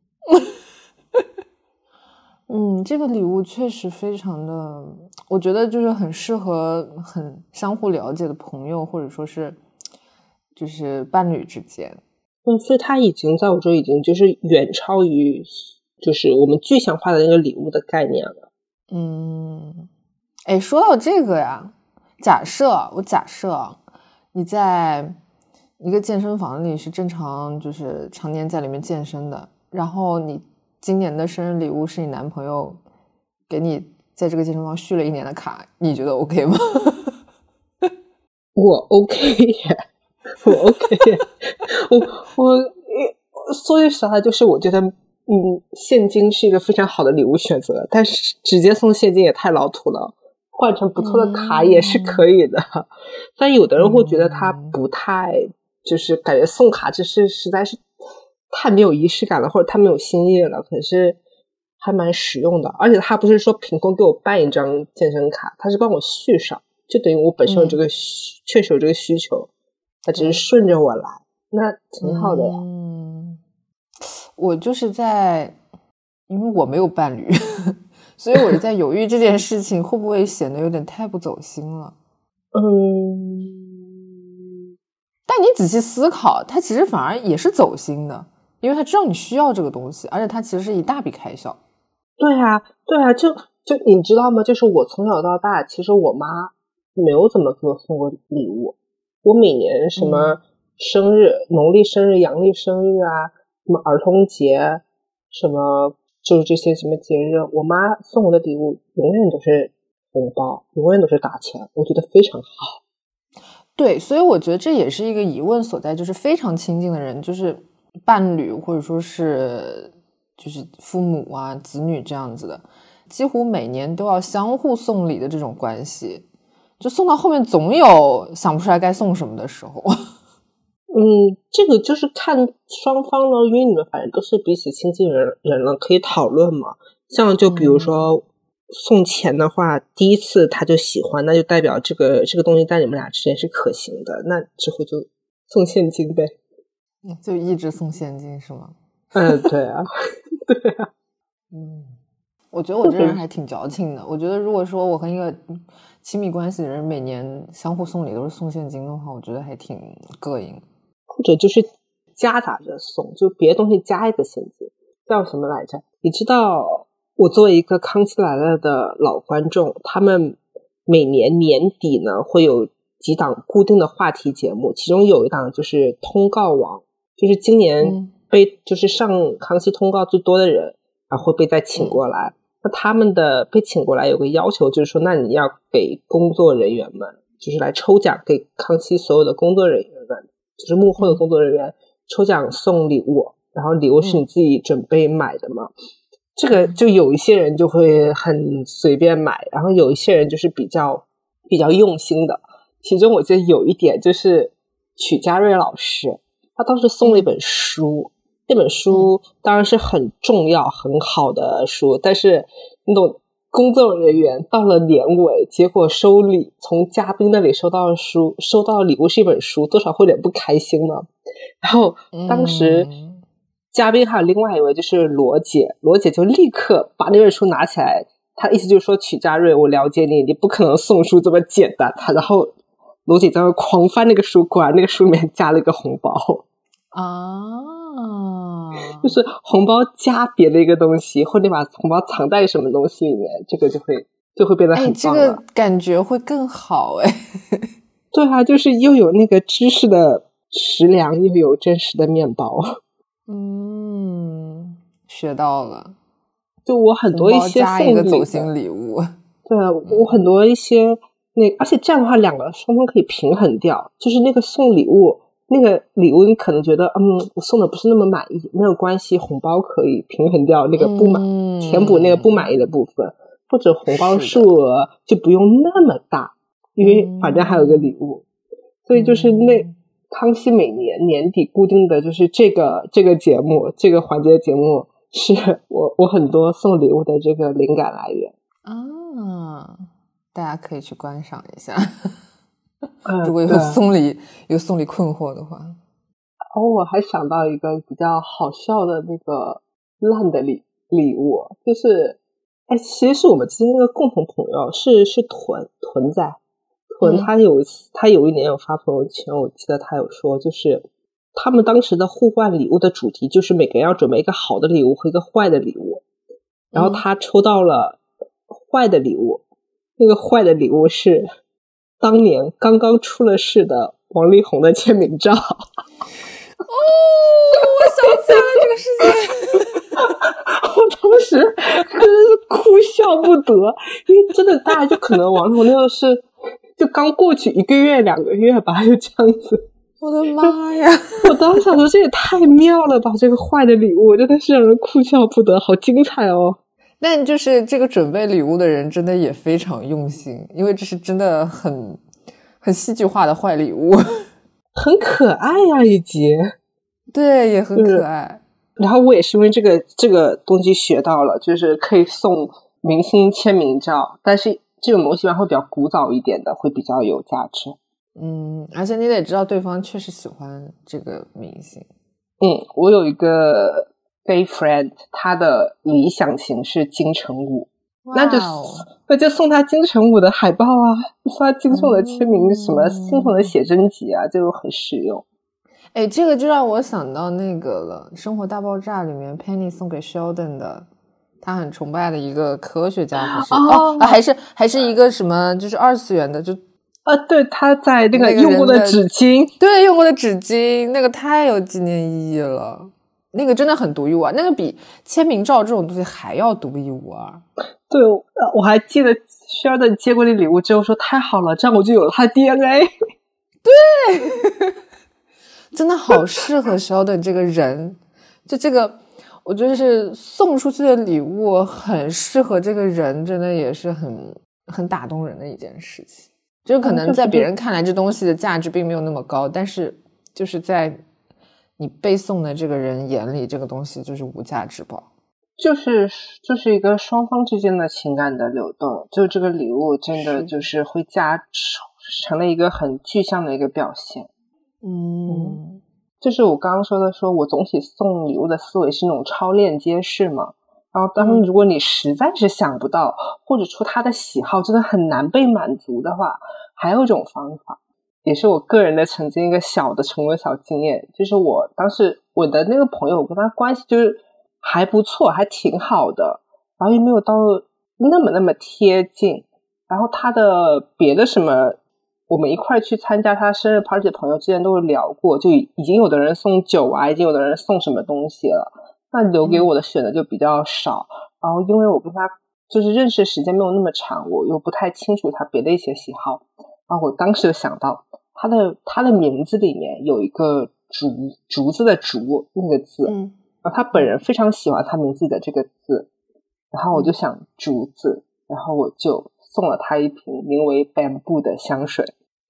这个礼物确实非常的，我觉得就是很适合很相互了解的朋友，或者说是就是伴侣之间。 所以他已经在我这已经就是远超于就是我们具象化的那个礼物的概念了。 说到这个呀，假设你在一个健身房里是正常就是常年在里面健身的，然后你今年的生日礼物是你男朋友给你在这个健身房续了1年的卡，你觉得 OK 吗？ 我 OK 耶，我 OK 耶。我说句实话，就是我觉得现金是一个非常好的礼物选择，但是直接送现金也太老土了，换成不错的卡也是可以的。但有的人会觉得他不太，就是感觉送卡就是实在是太没有仪式感了，或者太没有新意了，可是还蛮实用的。而且他不是说凭空给我办一张健身卡，他是帮我续上，就等于我本身有这个确实有这个需求，他只是顺着我来，那挺好的呀。 我就是因为我没有伴侣所以我是在犹豫这件事情会不会显得有点太不走心了。但你仔细思考，它其实反而也是走心的，因为他知道你需要这个东西，而且它其实是一大笔开销。 对啊，就你知道吗？就是我从小到大，其实我妈没有怎么给我送过礼物。我每年什么生日、农历生日、阳历生日啊，什么儿童节，什么就是这些什么节日，我妈送我的礼物永远都是红包，永远都是打钱，我觉得非常好。 对，所以我觉得这也是一个疑问所在，就是非常亲近的人，就是伴侣或者说是就是父母啊、子女这样子的，几乎每年都要相互送礼的这种关系，就送到后面总有想不出来该送什么的时候。 这个就是看双方了，因为你们反正都是彼此亲近人了，可以讨论嘛。像就比如说送钱的话，第一次他就喜欢，那就代表这个东西在你们俩之间是可行的，那之后就送现金呗。 就一直送现金是吗？ 对啊对啊。 我觉得我这人还挺矫情的。我觉得如果说我和一个亲密关系的人每年相互送礼都是送现金的话，我觉得还挺膈应。 或者就是夹杂着送，就别的东西加一个现金，叫什么来着？你知道我作为一个康熙来了的老观众，他们每年年底呢会有几档固定的话题节目，其中有一档就是通告王，就是今年就是上康熙通告最多的人然后会被再请过来。那他们的被请过来有个要求，就是说那你要给工作人员们，就是来抽奖给康熙所有的工作人员们，就是幕后的工作人员抽奖送礼物，然后礼物是你自己准备买的嘛。这个就有一些人就会很随便买，然后有一些人就是比较比较用心的。其中我记得有一点就是曲家瑞老师他当时送了一本书，那本书当然是很重要很好的书，但是那种工作人员到了年尾结果收礼，从嘉宾那里收到的礼物是一本书，多少会有点不开心呢。然后当时嘉宾还有另外一位就是罗姐就立刻把那本书拿起来，他意思就是说曲家瑞我了解你不可能送书这么简单。然后罗姐在那狂翻那个书，果然那个书里面加了一个红包就是红包加别的一个东西，或者把红包藏在什么东西里面，这个就会变得很棒了。 这个感觉会更好对啊，就是又有那个知识的食粮，又有真实的面包。 学到了。 就我很多一些加一个走心礼物。 对，我很多一些而且这样的话两个双方可以平衡掉，就是那个送礼物那个礼物你可能觉得我送的不是那么满意，没有关系，红包可以平衡掉那个不满填补那个不满意的部分，或者红包数额就不用那么大，因为反正还有个礼物。所以就是康熙每年年底固定的就是这个节目，这个环节的节目是我很多送礼物的这个灵感来源大家可以去观赏一下如果有送礼困惑的话。 我还想到一个比较好笑的那个烂的礼物，就是其实是我们之间那个共同朋友是屯仔他有一年有发朋友圈，我记得他有说就是他们当时的互换礼物的主题就是每个人要准备一个好的礼物和一个坏的礼物，然后他抽到了坏的礼物，那个坏的礼物是当年刚刚出了事的王力宏的签名照我想起来了这个事情我当时真的是哭笑不得，因为真的大家就可能王力宏那个是就刚过去1个月2个月吧，就这样子。 我的妈呀我当时想说这也太妙了吧，这个坏的礼物真的是让人哭笑不得，好精彩哦。 但就是这个准备礼物的人真的也非常用心，因为这是真的很戏剧化的坏礼物很可爱呀以及对也很可爱然后我也是因为这个东西学到了，就是可以送明星签名照，但是这种东西会比较古早一点的，会比较有价值。 而且你得知道对方确实喜欢这个明星。 我有一个 gay friend， 他的理想型是金城武，那就送他金城武的海报啊，送他金城武的签名什么金城武的写真集啊，就很实用。 这个就让我想到那个了，《生活大爆炸》里面 Penny 送给 Sheldon 的，他很崇拜的一个科学家，还是一个什么，就是2次元的，就对，他在那个用过的纸巾， 对，用过的纸巾，那个太有纪念意义了，那个真的很独一无二，那个比签名照这种东西还要独一无二。 对，我还记得 Sheldon 接过那礼物之后说太好了，这样我就有了他 DNA。 对真的好适合 Sheldon 这个人，就这个我觉得是送出去的礼物很适合这个人，真的也是很打动人的一件事情。就可能在别人看来这东西的价值并没有那么高，但是就是在你被送的这个人眼里，这个东西就是无价之宝， 就是一个双方之间的情感的流动，就这个礼物真的就是会成了一个很具象的一个表现。就是我刚刚说的，说我总体送礼物的思维是那种超链接式嘛，然后当如果你实在是想不到，或者说他的喜好真的很难被满足的话，还有一种方法，也是我个人的曾经一个小的成为小经验，就是我当时我的那个朋友，我跟他关系就是还不错，还挺好的，然后也没有到那么贴近，然后他的别的什么我们一块去参加他生日 party 的朋友之前都有聊过，就已经有的人送酒啊，已经有的人送什么东西了，那留给我的选择就比较少。然后因为我跟他就是认识时间没有那么长，我又不太清楚他别的一些喜好，然后我当时想到他的名字里面有一个竹子的竹那个字，然后他本人非常喜欢他名字里的这个字，然后我就想竹子，然后我就送了他一瓶名为 Bamboo 的香水。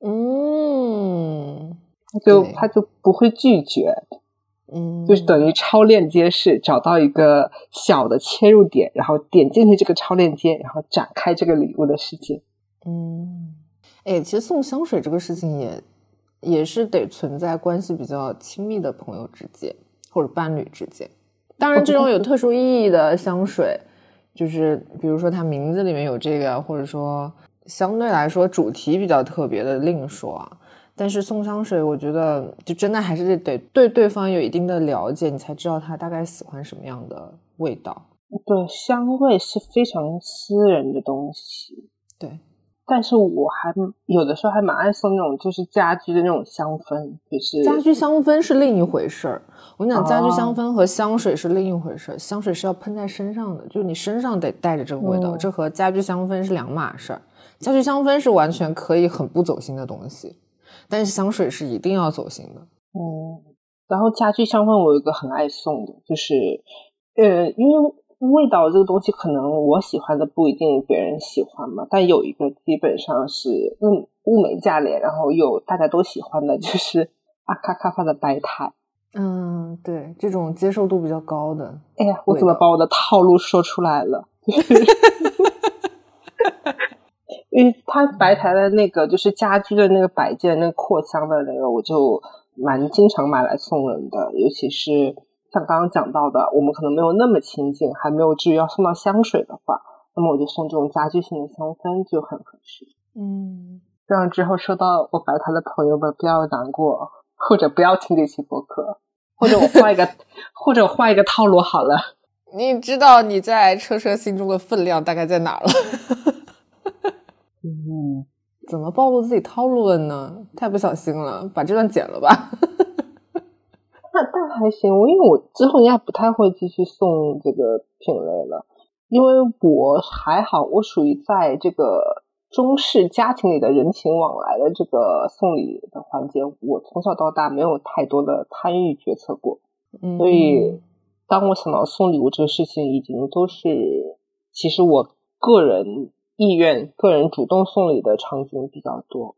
他就不会拒绝。就是等于超链接式，找到一个小的切入点，然后点进去这个超链接，然后展开这个礼物的世界。 其实送香水这个事情也是得存在关系比较亲密的朋友之间或者伴侣之间。当然这种有特殊意义的香水，就是比如说它名字里面有这个，或者说相对来说主题比较特别的另说啊。但是送香水我觉得就真的还是得对对方有一定的了解，你才知道他大概喜欢什么样的味道。 对，香味是非常私人的东西。 对， 但是我还有的时候还蛮爱送那种就是家居的那种香氛，就是家居香氛是另一回事儿。我跟你讲，家居香氛和香水是另一回事儿。香水是要喷在身上的，就是你身上得带着这个味道，这和家居香氛是两码事儿。家居香氛是完全可以很不走心的东西，但是香水是一定要走心的。 然后家居香氛我有一个很爱送的，就是因为味道这个东西可能我喜欢的不一定别人喜欢嘛，但有一个基本上是物美价廉，然后又大家都喜欢的，就是阿卡卡法的白苔。 对，这种接受度比较高的。 哎呀，我怎么把我的套路说出来了？因为它白苔的那个就是家居的那个摆件那个扩香的那个，我就蛮经常买来送人的。尤其是像刚刚讲到的，我们可能没有那么亲近，还没有至于要送到香水的话，那么我就送这种家居性的香氛就很合适。让之后收到我白苔的朋友们不要难过，或者不要听这期播客，或者我换一个套路好了。 你知道你在车车心中的分量大概在哪了？怎么暴露自己套路了呢？太不小心了，把这段剪了吧。 但还行，因为我之后应该不太会继续送这个品类了，因为我还好，我属于在这个中式家庭里的人情往来的这个送礼的环节，我从小到大没有太多的参与决策过。所以当我想到送礼物这个事情，已经都是其实我个人意愿、个人主动送礼的场景比较多。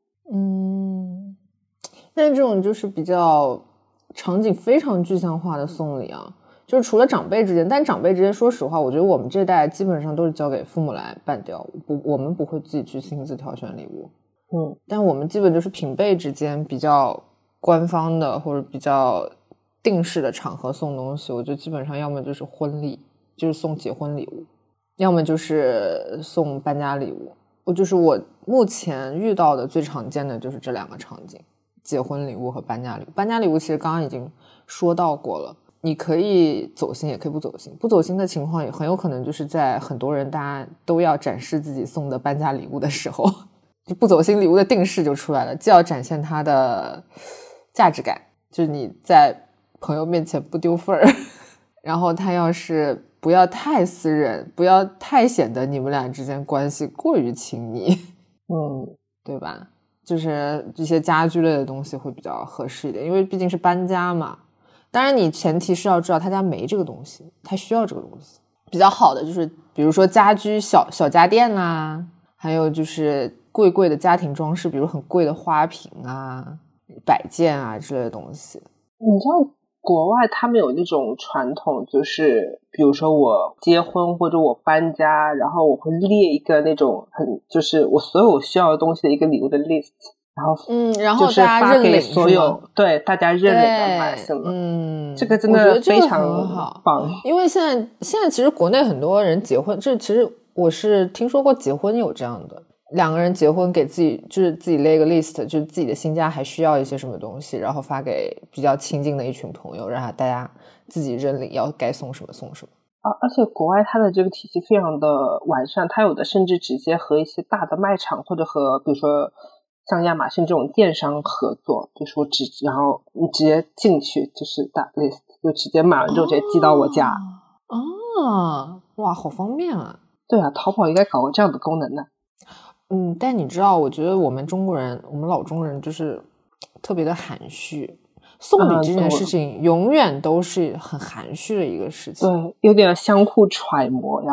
但这种就是比较场景非常具象化的送礼啊，就是除了长辈之间，但长辈之间说实话我觉得我们这代基本上都是交给父母来办掉，我们不会自己去亲自挑选礼物。但我们基本就是平辈之间比较官方的或者比较定式的场合送东西，我觉得基本上要么就是婚礼，就是送结婚礼物，要么就是送搬家礼物。我目前遇到的最常见的就是这两个场景，结婚礼物和搬家礼物。搬家礼物其实刚刚已经说到过了，你可以走心也可以不走心，不走心的情况也很有可能就是在很多人大家都要展示自己送的搬家礼物的时候，就不走心礼物的定式就出来了，既要展现它的价值感，就是你在朋友面前不丢份儿，然后它要是不要太私人，不要太显得你们俩之间关系过于亲密，对吧？就是这些家居类的东西会比较合适一点，因为毕竟是搬家嘛。当然你前提是要知道他家没这个东西，他需要这个东西。比较好的就是比如说家居小家电啦，还有就是贵的家庭装饰，比如很贵的花瓶啊、摆件啊之类的东西。 你知道国外他们有那种传统，就是比如说我结婚或者我搬家，然后我会列一个那种就是我所有需要的东西的一个礼物的 list， 然后就是发给所有，对，大家认领的买什么。这个真的非常棒。 因为现在其实国内很多人结婚，这其实我是听说过结婚有这样的，两个人结婚给自己就是自己列一个 list， 就是自己的新家还需要一些什么东西，然后发给比较亲近的一群朋友，让大家自己认领要该送什么送什么。 而且国外它的这个体系非常的完善，它有的甚至直接和一些大的卖场或者和比如说像亚马逊这种电商合作，就是然后你直接进去就是打 list， 就直接买完之后直接寄到我家。 哇，好方便啊！ 对啊，淘宝应该搞过这样的功能呢。 但你知道，我觉得我们中国人，我们老中人就是特别的含蓄，送礼这件事情永远都是很含蓄的一个事情。 对，有点相互揣摩呀。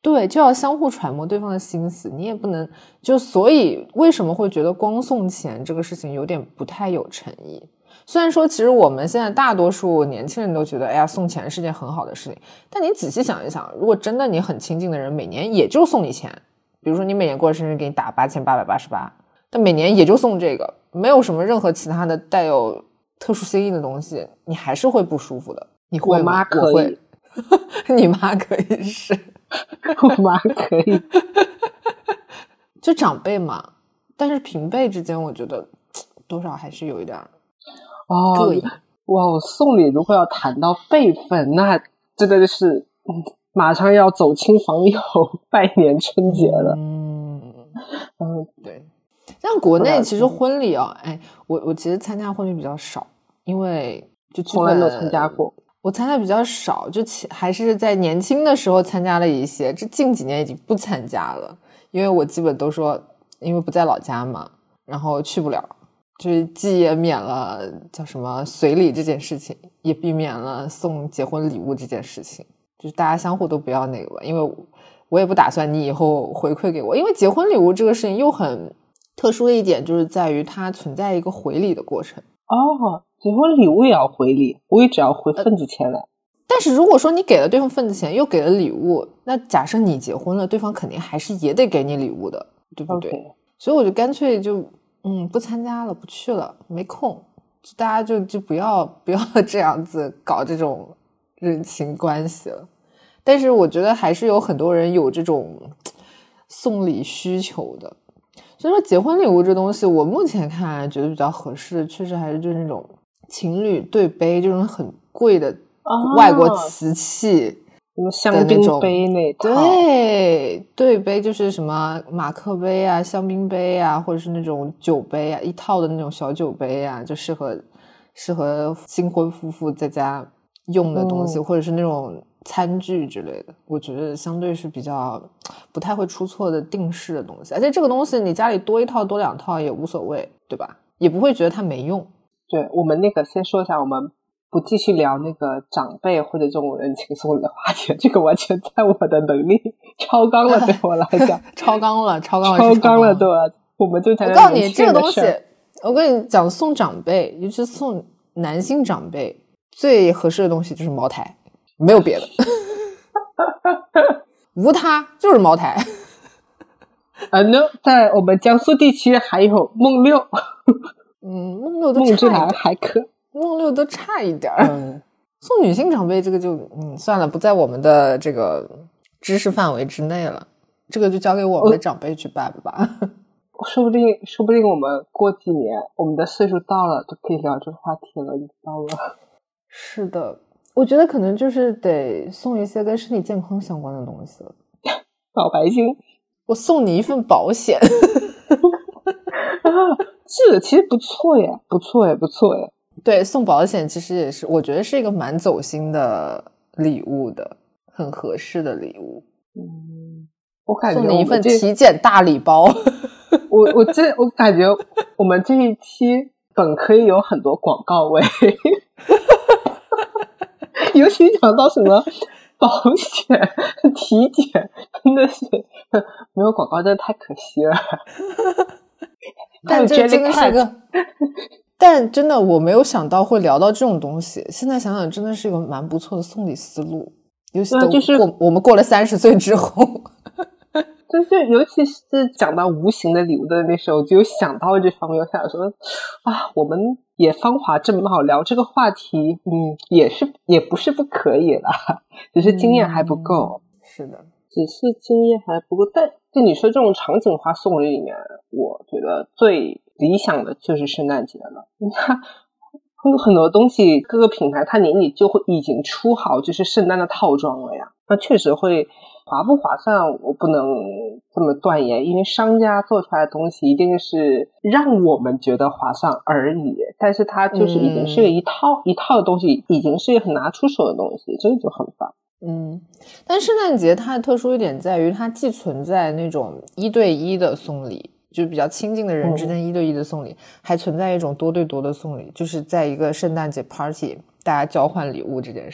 对，就要相互揣摩对方的心思，你也不能就所以为什么会觉得光送钱这个事情有点不太有诚意？虽然说其实我们现在大多数年轻人都觉得哎呀送钱是件很好的事情，但你仔细想一想，如果真的你很亲近的人每年也就送你钱，比如说你每年过生日给你打8888，但每年也就送这个，没有什么任何其他的带有特殊心意的东西，你还是会不舒服的。你会吗？ 我妈可以。 你妈可以是我妈可以就长辈嘛，但是平辈之间我觉得多少还是有一点膈应。 哇，我送礼如果要谈到辈分，那真的就是马上要走亲访友拜年春节了。 对。像国内其实婚礼我其实参加婚礼比较少，因为就从来没有参加过。 我参加比较少，就还是在年轻的时候参加了一些，这近几年已经不参加了，因为我基本都说因为不在老家嘛，然后去不了，就是既也免了叫什么随礼这件事情，也避免了送结婚礼物这件事情，就是大家相互都不要那个吧，因为我也不打算你以后回馈给我，因为结婚礼物这个事情又很特殊的一点就是在于它存在一个回礼的过程。 结婚礼物也要回礼，我也只要回份子钱来。 但是如果说你给了对方份子钱又给了礼物，那假设你结婚了，对方肯定还是也得给你礼物的，对不对？ 所以我就干脆就不参加了，不去了，没空，大家就不要这样子搞这种人情关系了。但是我觉得还是有很多人有这种送礼需求的，所以说结婚礼物这东西我目前看来觉得比较合适的确实还是就是那种情侣对杯，这种很贵的外国瓷器， 什么香槟杯那套， 对杯就是什么马克杯啊、香槟杯啊，或者是那种酒杯啊，一套的那种小酒杯啊，就适合新婚夫妇在家用的东西，或者是那种餐具之类的，我觉得相对是比较不太会出错的定式的东西，而且这个东西你家里多一套多两套也无所谓，对吧？也不会觉得它没用。 对，我们那个先说一下，我们不继续聊那个长辈或者这种人情送礼的话题，这个完全在我的能力超纲了，对我来讲超纲了， 对吧？我们就讲我告诉你这个东西，我跟你讲，送长辈，尤其送男性长辈最合适的东西就是茅台，没有别的无他就是茅台。 no， 在我们江苏地区还有梦六梦六都差一点， 梦之蓝还可， 梦六都差一点。送女性长辈这个就算了，不在我们的这个知识范围之内了，这个就交给我们的长辈去办吧。 说不定我们过几年我们的岁数到了就可以聊这个话题了，你知道吗？ 是的，我觉得可能就是得送一些跟身体健康相关的东西了。 老白金， 我送你一份保险。 这个其实不错耶。 对，送保险其实也是我觉得是一个蛮走心的礼物的，很合适的礼物。 我感觉送你一份体检大礼包。 我感觉我们这一期本可以有很多广告位。尤其讲到什么保险体检，真的是没有广告真的太可惜了。 但这真的是个但真的我没有想到会聊到这种东西，现在想想真的是一个蛮不错的送礼思路，尤其我们过了30岁之后。 就是尤其是讲到无形的礼物的那时候，就有想到这方面，我想说我们也芳华正茂，聊这个话题也不是不可以啦，只是经验还不够。 是的， 只是经验还不够。但就你说这种场景化送礼里面，我觉得最理想的就是圣诞节了。会有很多东西各个品牌它年底就会已经出好就是圣诞的套装了呀，那确实会划不划算我不能这么断言，因为商家做出来的东西一定是让我们觉得划算而已，但是它就是已经是一套的东西，已经是很拿出手的东西，这个就很棒。 但圣诞节它的特殊一点在于它既存在那种1对1的送礼，就比较亲近的人之间1对1的送礼，还存在一种多对多的送礼，就是在一个圣诞节 party 大家交换礼物这件事情。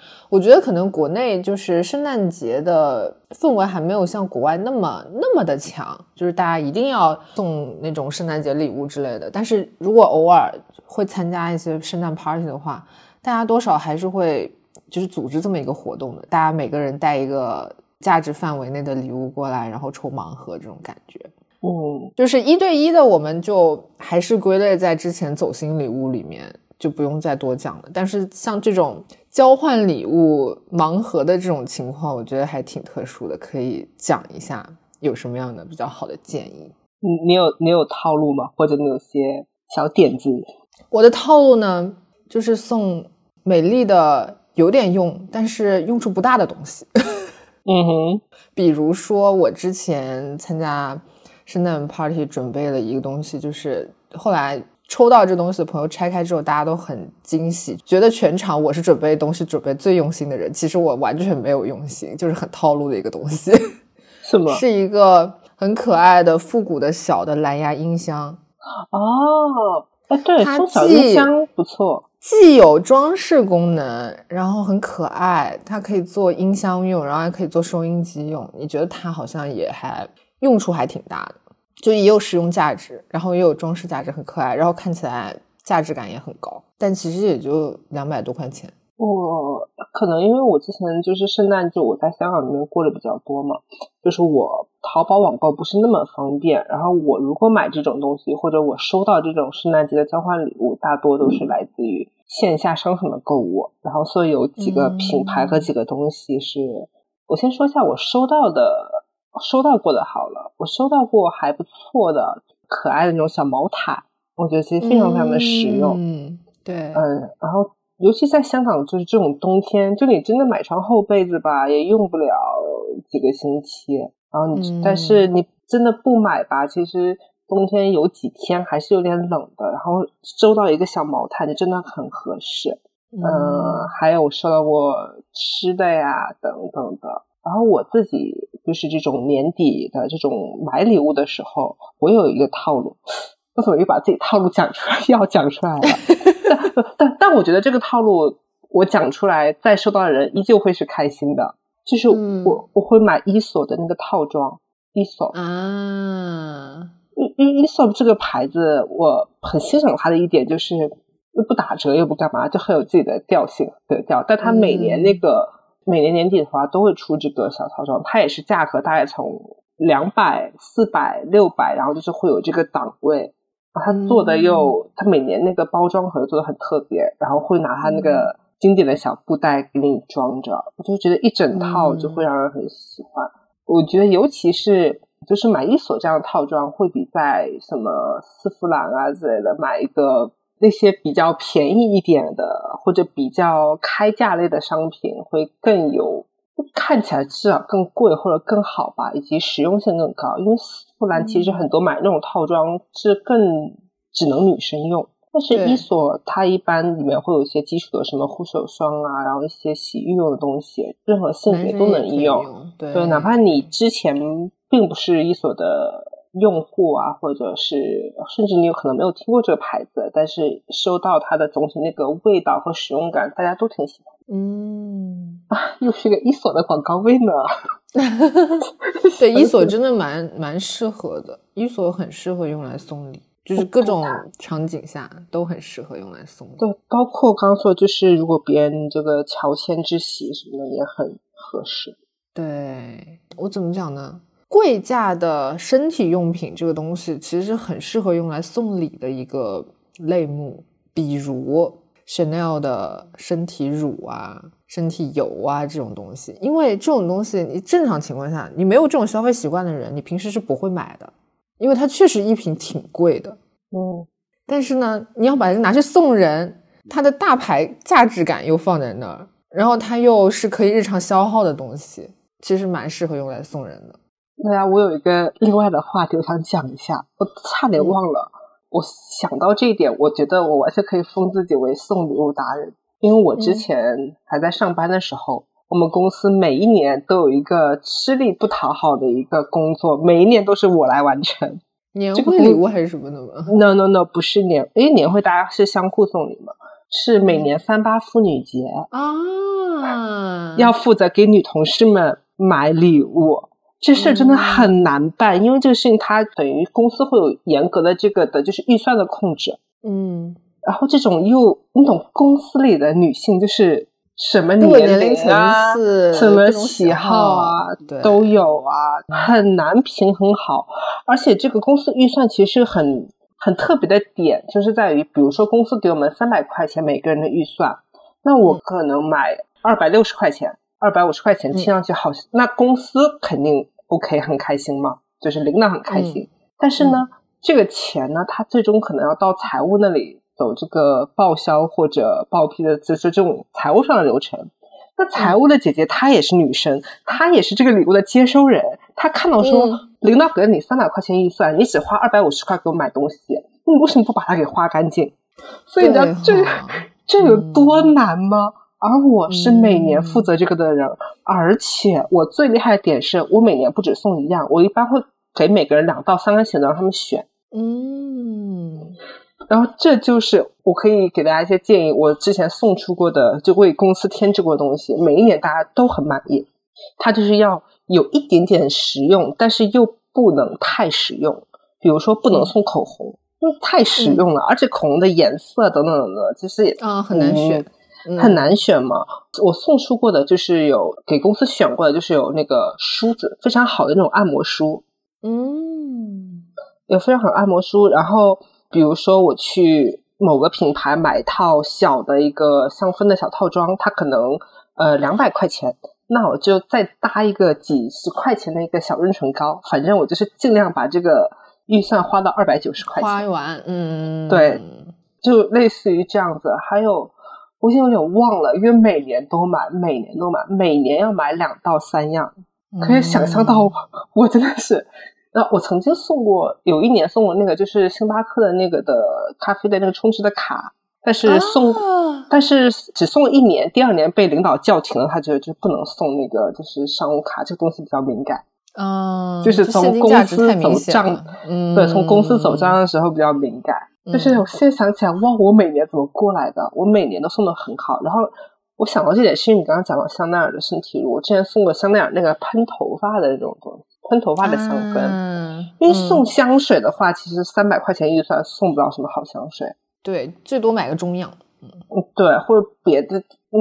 我觉得可能国内就是圣诞节的氛围还没有像国外那么的强，就是大家一定要送那种圣诞节礼物之类的。但是如果偶尔会参加一些圣诞 party 的话，大家多少还是会就是组织这么一个活动的，大家每个人带一个价值范围内的礼物过来，然后抽盲盒这种感觉。就是1对1的我们就还是归类在之前走心礼物里面，就不用再多讲了。但是像这种交换礼物盲盒的这种情况，我觉得还挺特殊的，可以讲一下有什么样的比较好的建议。 你有套路吗？或者你有些小点子？ 我的套路呢，就是送美丽的有点用但是用处不大的东西。比如说我之前参加圣诞 party 准备了一个东西，就是后来抽到这东西的朋友拆开之后，大家都很惊喜，觉得全场我是准备东西准备最用心的人。其实我完全没有用心，就是很套路的一个东西。 什么？ 是一个很可爱的复古的小的蓝牙音箱。 对，送小音箱不错， 既有装饰功能，然后很可爱，它可以做音箱用，然后还可以做收音机用。你觉得它好像也还用处还挺大的，就也有实用价值，然后也有装饰价值，很可爱，然后看起来价值感也很高，但其实也就200多块钱。 可能因为我之前就是圣诞就我在香港里面过得比较多嘛，就是我淘宝网购不是那么方便，然后我如果买这种东西或者我收到这种圣诞节的交换礼物，大多都是来自于线下商场的购物，然后所以有几个品牌和几个东西是我先说一下我收到过的好了。我收到过还不错的可爱的那种小毛毯，我觉得其实非常非常的实用。 对， 然后尤其在香港就是这种冬天，就你真的买床厚被子吧也用不了几个星期，然后但是你真的不买吧，其实冬天有几天还是有点冷的，然后收到一个小毛毯就真的很合适。还有收到过吃的呀等等的。然后我自己就是这种年底的这种买礼物的时候，我有一个套路，我怎么又把自己套路讲出来了但我觉得这个套路我讲出来再收到的人依旧会是开心的，就是我会买伊索的那个套装。伊索伊索这个牌子我很欣赏它的一点就是又不打折又不干嘛，就很有自己的调性格调，但它每年年底的话都会出这个小套装，它也是价格大概从200、400、600，然后就是会有这个档位。它做的它每年那个包装盒做的很特别，然后会拿它那个经典的小布袋给你装着，我就觉得一整套就会让人很喜欢。我觉得尤其是就是买伊索这样的套装会比在什么丝芙兰啊之类的买一个那些比较便宜一点的或者比较开价类的商品会更有看起来至少更贵或者更好吧，以及实用性更高。因为丝芙兰其实很多买那种套装是更只能女生用，但是伊索它一般里面会有一些基础的什么护手霜啊，然后一些洗浴用的东西，任何性别都能用。对，哪怕你之前并不是伊索的用户啊，或者是甚至你有可能没有听过这个牌子，但是收到它的总体那个味道和使用感大家都挺喜欢。又是个伊索的广告位呢。 对，伊索真的蛮适合的，伊索很适合用来送礼，就是各种场景下都很适合用来送礼。 对，包括刚刚说就是如果别人这个乔迁之喜什么的也很合适。 对，我怎么讲呢，贵价的身体用品这个东西其实是很适合用来送礼的一个类目，比如 Chanel 的身体乳啊身体油啊这种东西。因为这种东西你正常情况下你没有这种消费习惯的人你平时是不会买的，因为它确实一瓶挺贵的。但是呢你要把它拿去送人，它的大牌价值感又放在那儿，然后它又是可以日常消耗的东西，其实蛮适合用来送人的。 对啊，我有一个另外的话题我想讲一下，我差点忘了。我想到这一点，我觉得我完全可以封自己为送礼物达人。因为我之前还在上班的时候，我们公司每一年都有一个吃力不讨好的一个工作，每一年都是我来完成。 年会礼物还是什么的吗？ No 不是因为年会大家是相互送礼嘛，是每年38妇女节要负责给女同事们买礼物。这事真的很难办，因为这个事情它等于公司会有严格的这个的就是预算的控制。然后这种又那种公司里的女性就是什么年龄啊什么喜好啊都有啊，很难平衡好。而且这个公司预算其实很特别的点就是在于，比如说公司给我们300块钱每个人的预算，那我可能买260块钱250块钱，听上去好，那公司肯定 OK 很开心嘛，就是领导很开心。但是呢这个钱呢它最终可能要到财务那里走这个报销或者报批的，就是这种财务上的流程。那财务的姐姐她也是女生，她也是这个礼物的接收人，她看到说领导给了你300块钱预算，你只花250块给我买东西，你为什么不把它给花干净？所以你知道这有多难吗？而我是每年负责这个的人，而且我最厉害的点是我每年不只送一样，我一般会给每个人2到3个选择让他们选。然后这就是我可以给大家一些建议，我之前送出过的就为公司添置过的东西，每一年大家都很满意。它就是要有一点点实用，但是又不能太实用。比如说不能送口红，因为太实用了，而且口红的颜色等等等等，其实也很难选。 很难选嘛。我送出过的就是有给公司选过的，就是有那个梳子，非常好的那种按摩梳。有非常好的按摩梳。然后比如说我去某个品牌买一套小的一个香氛的小套装，它可能200块钱，那我就再搭一个几十块钱的一个小润唇膏，反正我就是尽量把这个预算花到290块钱花完。 对，就类似于这样子。还有我已经有点忘了，因为每年都买，每年要买2到3样，可以想象到我真的是。我曾经送过，有一年送过那个就是星巴克的那个的咖啡的那个充值的卡，但是只送了1年，第2年被领导叫停了，他觉得就不能送那个就是商务卡，这个东西比较敏感。就是从公司走账，对，从公司走账的时候比较敏感。就是我现在想起来，哇，我每年怎么过来的？我每年都送的很好。然后我想到这点是因为你刚刚讲到香奈儿的身体乳，我之前送过香奈儿那个喷头发的那种东西，喷头发的香氛。因为送香水的话，其实300块钱预算送不了什么好香水， 对，最多买个中样。 对，或者别的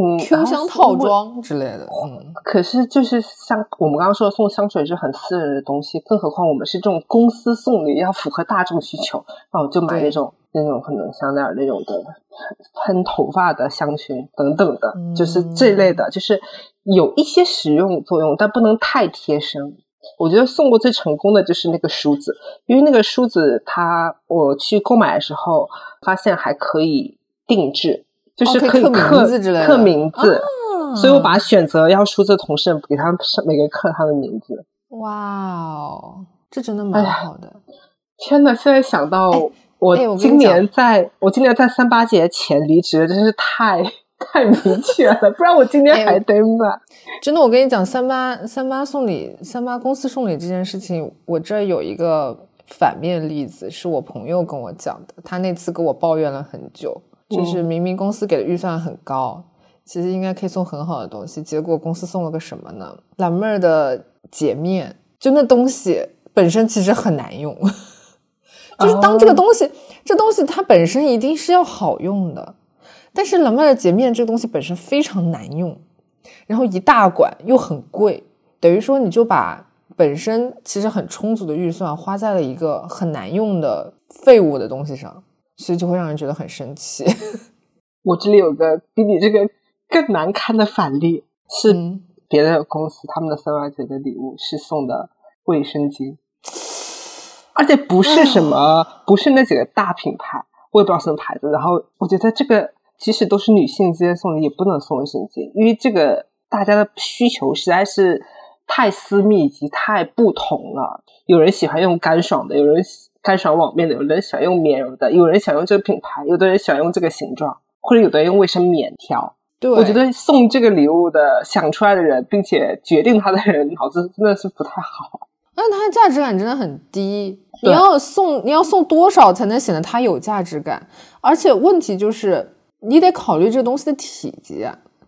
Q 香套装之类的。 可是就是像我们刚刚说的送香水是很私人的东西，更何况我们是这种公司送礼要符合大众需求，那我就买那种可能香奈儿那种的喷头发的香薰等等的，就是这类的，就是有一些实用作用，但不能太贴身。我觉得送过最成功的就是那个梳子，因为那个梳子我去购买的时候发现还可以定制，就是可以刻名字，所以我把选择要梳子的同事给他们每个人刻他的名字。 哇哦，这真的蛮好的。 天哪，现在想到我今年在38节前离职，真是太明确了，不然我今年还得买。 真的，我跟你讲，38送礼，38公司送礼这件事情，我这有一个反面例子，是我朋友跟我讲的。他那次跟我抱怨了很久，就是明明公司给的预算很高，其实应该可以送很好的东西，结果公司送了个什么呢？蓝妹儿的洁面，就那东西本身其实很难用。就是当这东西它本身一定是要好用的，但是蓝妹儿的洁面这个东西本身非常难用，然后一大管又很贵，等于说你就把本身其实很充足的预算花在了一个很难用的废物的东西上，所以就会让人觉得很生气。 我这里有个比你这个更难堪的反例，是别的公司他们的38节的礼物是送的卫生巾，而且不是什么不是那几个大品牌，我也不知道什么牌子。然后我觉得这个即使都是女性之间送的也不能送卫生巾，因为这个大家的需求实在是太私密以及太不同了。有人喜欢用干爽的，有人干爽网面的，有人喜欢用棉柔的，有人喜欢用这个品牌，有的人喜欢用这个形状，或者有的人用卫生棉条。 对， 我觉得送这个礼物的想出来的人并且决定他的人脑子真的是不太好， 但它的价值感真的很低。你要送多少才能显得它有价值感？而且问题就是你得考虑这个东西的体积啊。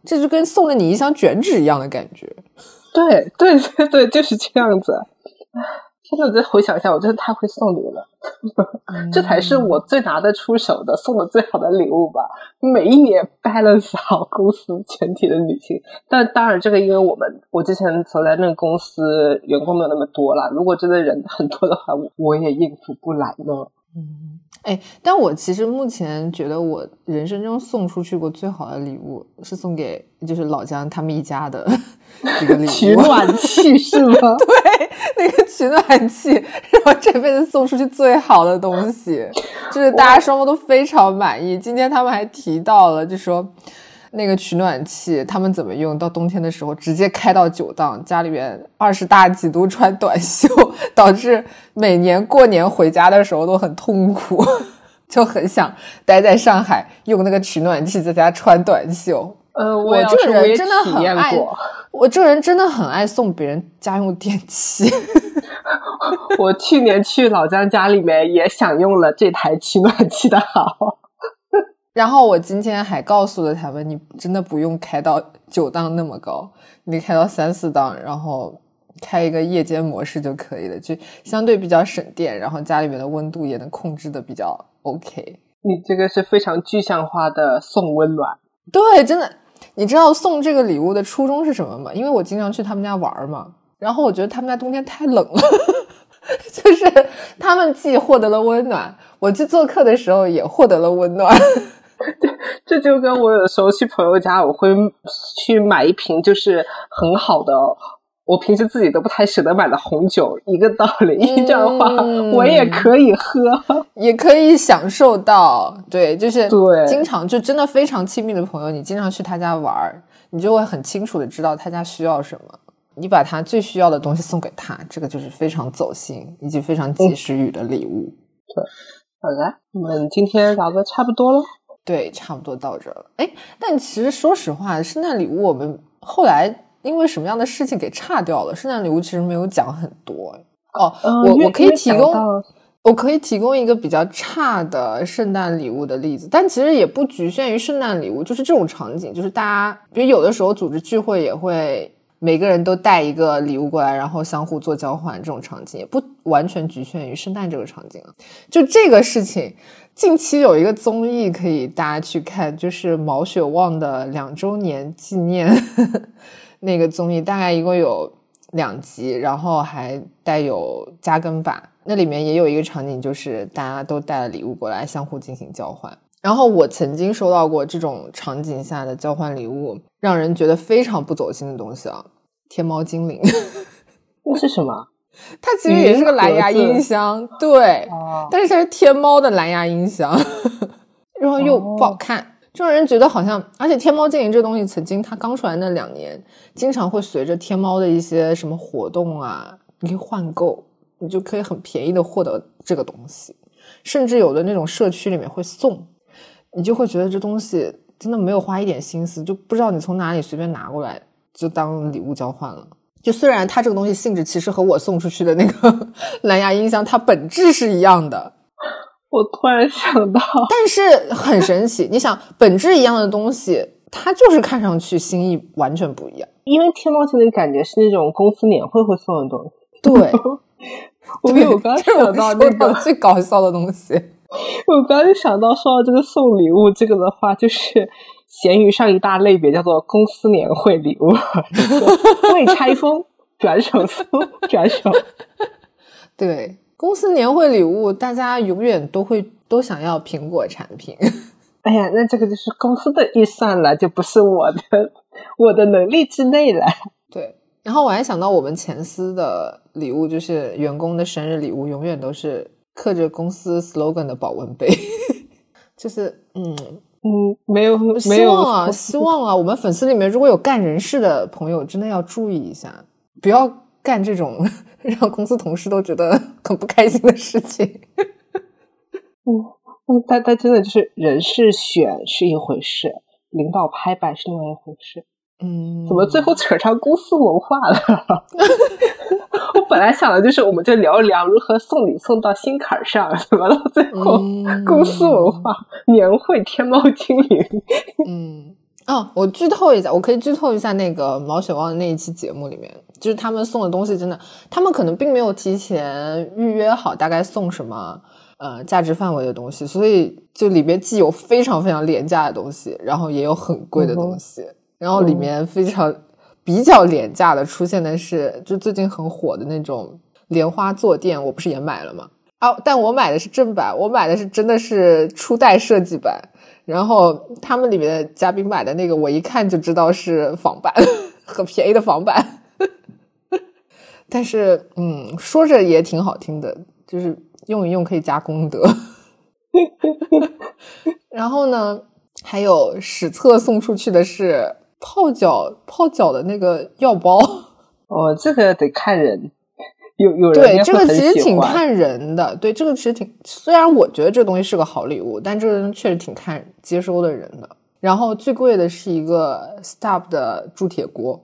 这就跟送了你一箱卷纸一样的感觉。 对对对对，就是这样子。现在我再回想一下，我真的太会送礼了，这才是我最拿得出手的送的最好的礼物吧。每一年 balance 好公司全体的旅行，但当然这个因为我之前所在那个公司员工没有那么多啦，如果真的人很多的话，我也应付不来呢。 但我其实目前觉得我人生中送出去过最好的礼物是送给就是老姜他们一家的这个礼物， 取暖器是吗？ 对，那个取暖器是我这辈子送出去最好的东西，就是大家双方都非常满意。今天他们还提到了，就说那个取暖器他们怎么用，到冬天的时候直接开到9档，家里面20大几度穿短袖，导致每年过年回家的时候都很痛苦，就很想待在上海用那个取暖器在家穿短袖。我这个人真的很爱，我这个人真的很爱送别人家用电器。 我去年去老姜家里面也享用了这台取暖器的好。 然后我今天还告诉了他们，你真的不用开到9档那么高，你开到3、4档，然后开一个夜间模式就可以了，就相对比较省电，然后家里面的温度也能控制的比较 OK。 你这个是非常具象化的送温暖。 对，真的。你知道送这个礼物的初衷是什么吗？因为我经常去他们家玩嘛，然后我觉得他们家冬天太冷了就是他们既获得了温暖，我去做客的时候也获得了温暖这就跟我有的时候去朋友家，我会去买一瓶就是很好的我平时自己都不太舍得买的红酒一个道理。这样的话我也可以喝， 也可以享受到。对，就是对， 经常就真的非常亲密的朋友，你经常去他家玩，你就会很清楚的知道他家需要什么，你把他最需要的东西送给他，这个就是非常走心以及非常及时雨的礼物。 对，好了，我们今天聊的差不多了。 对，差不多到这了。但其实说实话，圣诞礼物我们后来因为什么样的事情给岔掉了，圣诞礼物其实没有讲很多。我可以提供一个比较差的圣诞礼物的例子，但其实也不局限于圣诞礼物，就是这种场景，就是大家比如有的时候组织聚会也会每个人都带一个礼物过来，然后相互做交换，这种场景也不完全局限于圣诞这个场景。就这个事情近期有一个综艺可以大家去看，就是毛血旺的2周年纪念那个综艺，大概一共有2集，然后还带有加更版。那里面也有一个场景，就是大家都带了礼物过来相互进行交换。然后我曾经收到过这种场景下的交换礼物让人觉得非常不走心的东西啊，天猫精灵。 那是什么？ 它其实也是个蓝牙音箱，对，但是它是天猫的蓝牙音箱然后又不好看，就让人觉得好像，而且天猫精灵这个东西曾经它刚出来那2年经常会随着天猫的一些什么活动啊，你可以换购，你就可以很便宜的获得这个东西，甚至有的那种社区里面会送，你就会觉得这东西真的没有花一点心思，就不知道你从哪里随便拿过来就当礼物交换了。就虽然它这个东西性质其实和我送出去的那个蓝牙音箱它本质是一样的， 我突然想到， 但是很神奇，你想本质一样的东西，它就是看上去心意完全不一样。 因为天猫精灵感觉是那种公司年会会送的东西。 对我刚想到那个最搞笑的东西。 我刚才想到说到这个送礼物这个的话，就是闲鱼上一大类别叫做公司年会礼物未拆封转手送转手。 对，公司年会礼物大家永远都想要苹果产品。 哎呀，那这个就是公司的预算了，就不是我的能力之内了。 对，然后我还想到我们前司的礼物，就是员工的生日礼物永远都是刻着公司 slogan 的保温杯。就是没有希望啊我们粉丝里面如果有干人事的朋友真的要注意一下，不要干这种让公司同事都觉得很不开心的事情。 但真的就是人事选是一回事，领导拍板是另外一回事。怎么最后扯上公司文化了？我本来想的就是我们就聊一聊如何送礼送到心坎上，怎么到最后公司文化年会天猫精灵。 我剧透一下，我可以剧透一下那个毛血旺的那一期节目里面，就是他们送的东西真的，他们可能并没有提前预约好大概送什么价值范围的东西，所以就里面既有非常非常廉价的东西，然后也有很贵的东西，然后里面比较廉价的出现的是就最近很火的那种莲花坐垫，我不是也买了吗？但我买的是正版，我买的是真的是初代设计版，然后他们里面的嘉宾买的那个我一看就知道是仿版很便宜的仿版但是说着也挺好听的，就是用一用可以加功德然后呢还有史册送出去的是泡脚的那个药包这个得看人，有人对这个其实挺看人的，对这个其实虽然我觉得这个东西是个好礼物，但这个确实挺看接收的人的。然后最贵的是一个 Stop 的铸铁锅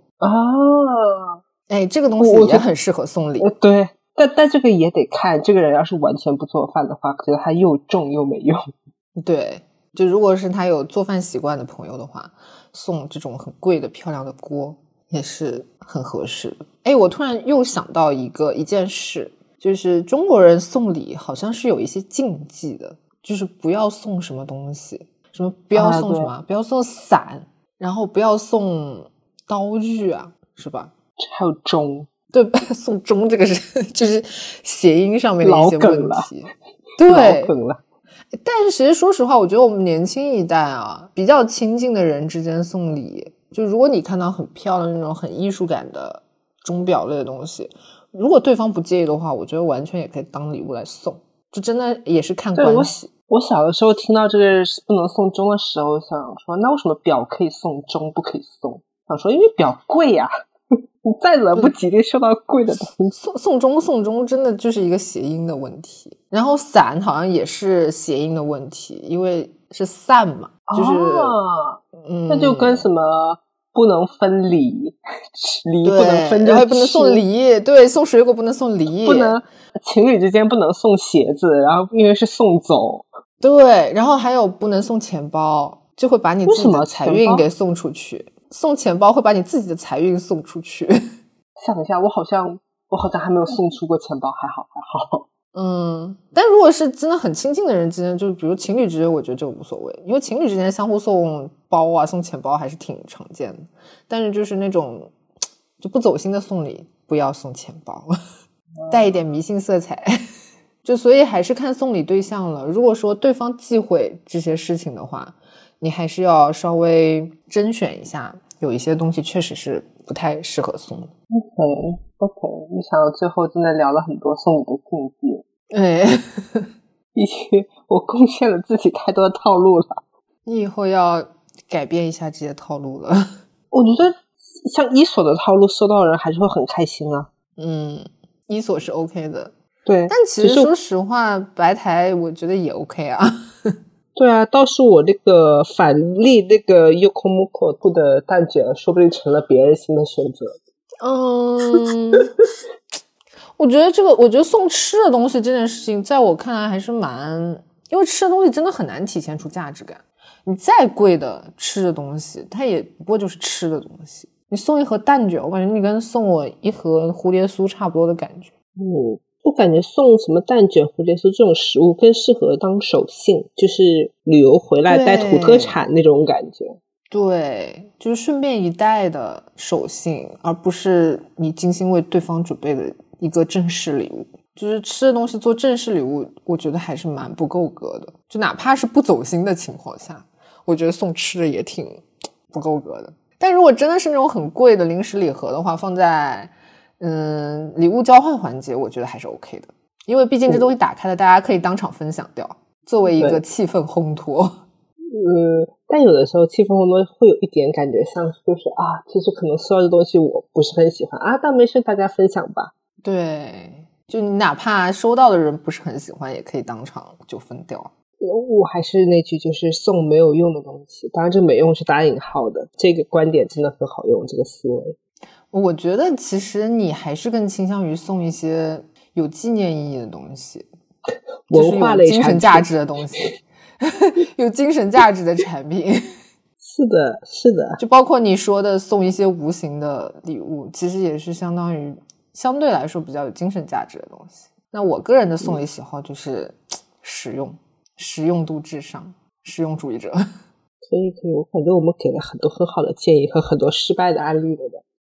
这个东西也很适合送礼。 对，但这个也得看这个人要是完全不做饭的话，觉得它又重又没用。 对，就如果是他有做饭习惯的朋友的话，送这种很贵的漂亮的锅也是很合适的。我突然又想到一件事，就是中国人送礼好像是有一些禁忌的，就是不要送什么东西，什么不要送什么，不要送伞，然后不要送刀具是吧？ 还有钟， 对，送钟这个是就是谐音上面的一些问题，对， 老梗了。 但是其实说实话，我觉得我们年轻一代比较亲近的人之间送礼，就如果你看到很漂亮的那种很艺术感的钟表类的东西，如果对方不介意的话，我觉得完全也可以当礼物来送，就真的也是看关系。 我小的时候听到这个不能送钟的时候，想说那为什么表可以送，钟不可以送？想说因为表贵呀你再来不及得收到贵的东西。 送钟真的就是一个谐音的问题，然后伞好像也是谐音的问题，因为是散嘛，就是那就跟什么不能分梨不能分着吃， 然后不能送梨，对，送水果不能送梨， 不能情侣之间不能送鞋子，然后因为是送走， 对，然后还有不能送钱包，就会把你自己的财运给送出去。送钱包会把你自己的财运送出去。 想一下，我好像还没有送出过钱包，还好。 但如果是真的很亲近的人之间，就比如情侣之间，我觉得这个无所谓，因为情侣之间相互送包送钱包还是挺常见的。但是就是那种就不走心的送礼，不要送钱包，带一点迷信色彩。就所以还是看送礼对象了。如果说对方忌讳这些事情的话，你还是要稍微甄选一下，有一些东西确实是不太适合送的。 OK， 没想到最后真的聊了很多送礼的禁忌。毕竟我贡献了自己太多的套路了。 你以后要改变一下这些套路了。 我觉得像伊索的套路收到的人还是会很开心啊。 伊索是 OK 的。 对， 但其实说实话，白台我觉得也 OK 啊。 对啊，倒是我那个反例那个 Yokomuko 的蛋卷，说不定成了别人新的选择。 我觉得送吃的东西这件事情，在我看来还是因为吃的东西真的很难体现出价值感。你再贵的吃的东西，它也不过就是吃的东西。你送一盒蛋卷，我感觉你跟送我一盒蝴蝶酥差不多的感觉。 我感觉送什么蛋卷、蝴蝶酥这种食物更适合当手信，就是旅游回来带土特产那种感觉。 对，就是顺便一带的手信，而不是你精心为对方准备的一个正式礼物。就是吃的东西做正式礼物，我觉得还是蛮不够格的。就哪怕是不走心的情况下，我觉得送吃的也挺不够格的。但如果真的是那种很贵的零食礼盒的话，放在礼物交换环节，我觉得还是 OK 的，因为毕竟这东西打开了，大家可以当场分享掉，作为一个气氛烘托。 但有的时候气氛烘托会有一点感觉像就是其实可能收到这东西我不是很喜欢但没事，大家分享吧。 对，就你哪怕收到的人不是很喜欢，也可以当场就分掉。 我还是那句，就是送没有用的东西，当然这没用是打引号的，这个观点真的很好用，这个思维。 我觉得其实你还是更倾向于送一些有纪念意义的东西， 文化类就是有精神价值的东西有精神价值的产品。 是的，是的， 就包括你说的送一些无形的礼物，其实也是相当于相对来说比较有精神价值的东西。那我个人的送礼喜好就是实用度至上，实用主义者。 可以，我感觉我们给了很多很好的建议和很多失败的案例了的。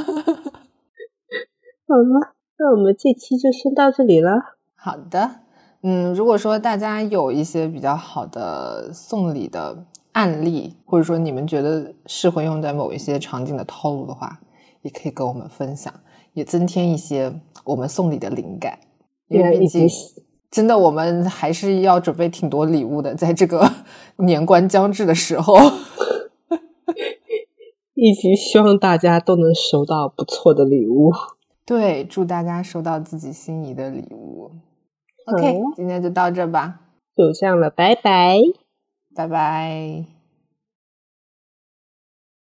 好了，那我们这期就先到这里了。 好的，如果说大家有一些比较好的送礼的案例，或者说你们觉得适合用在某一些场景的套路的话，也可以跟我们分享，也增添一些我们送礼的灵感。因为毕竟真的我们还是要准备挺多礼物的，在这个年关将至的时候。 以及希望大家都能收到不错的礼物。 对，祝大家收到自己心仪的礼物。OK，今天就到这吧。 就这样了，拜拜。 拜拜。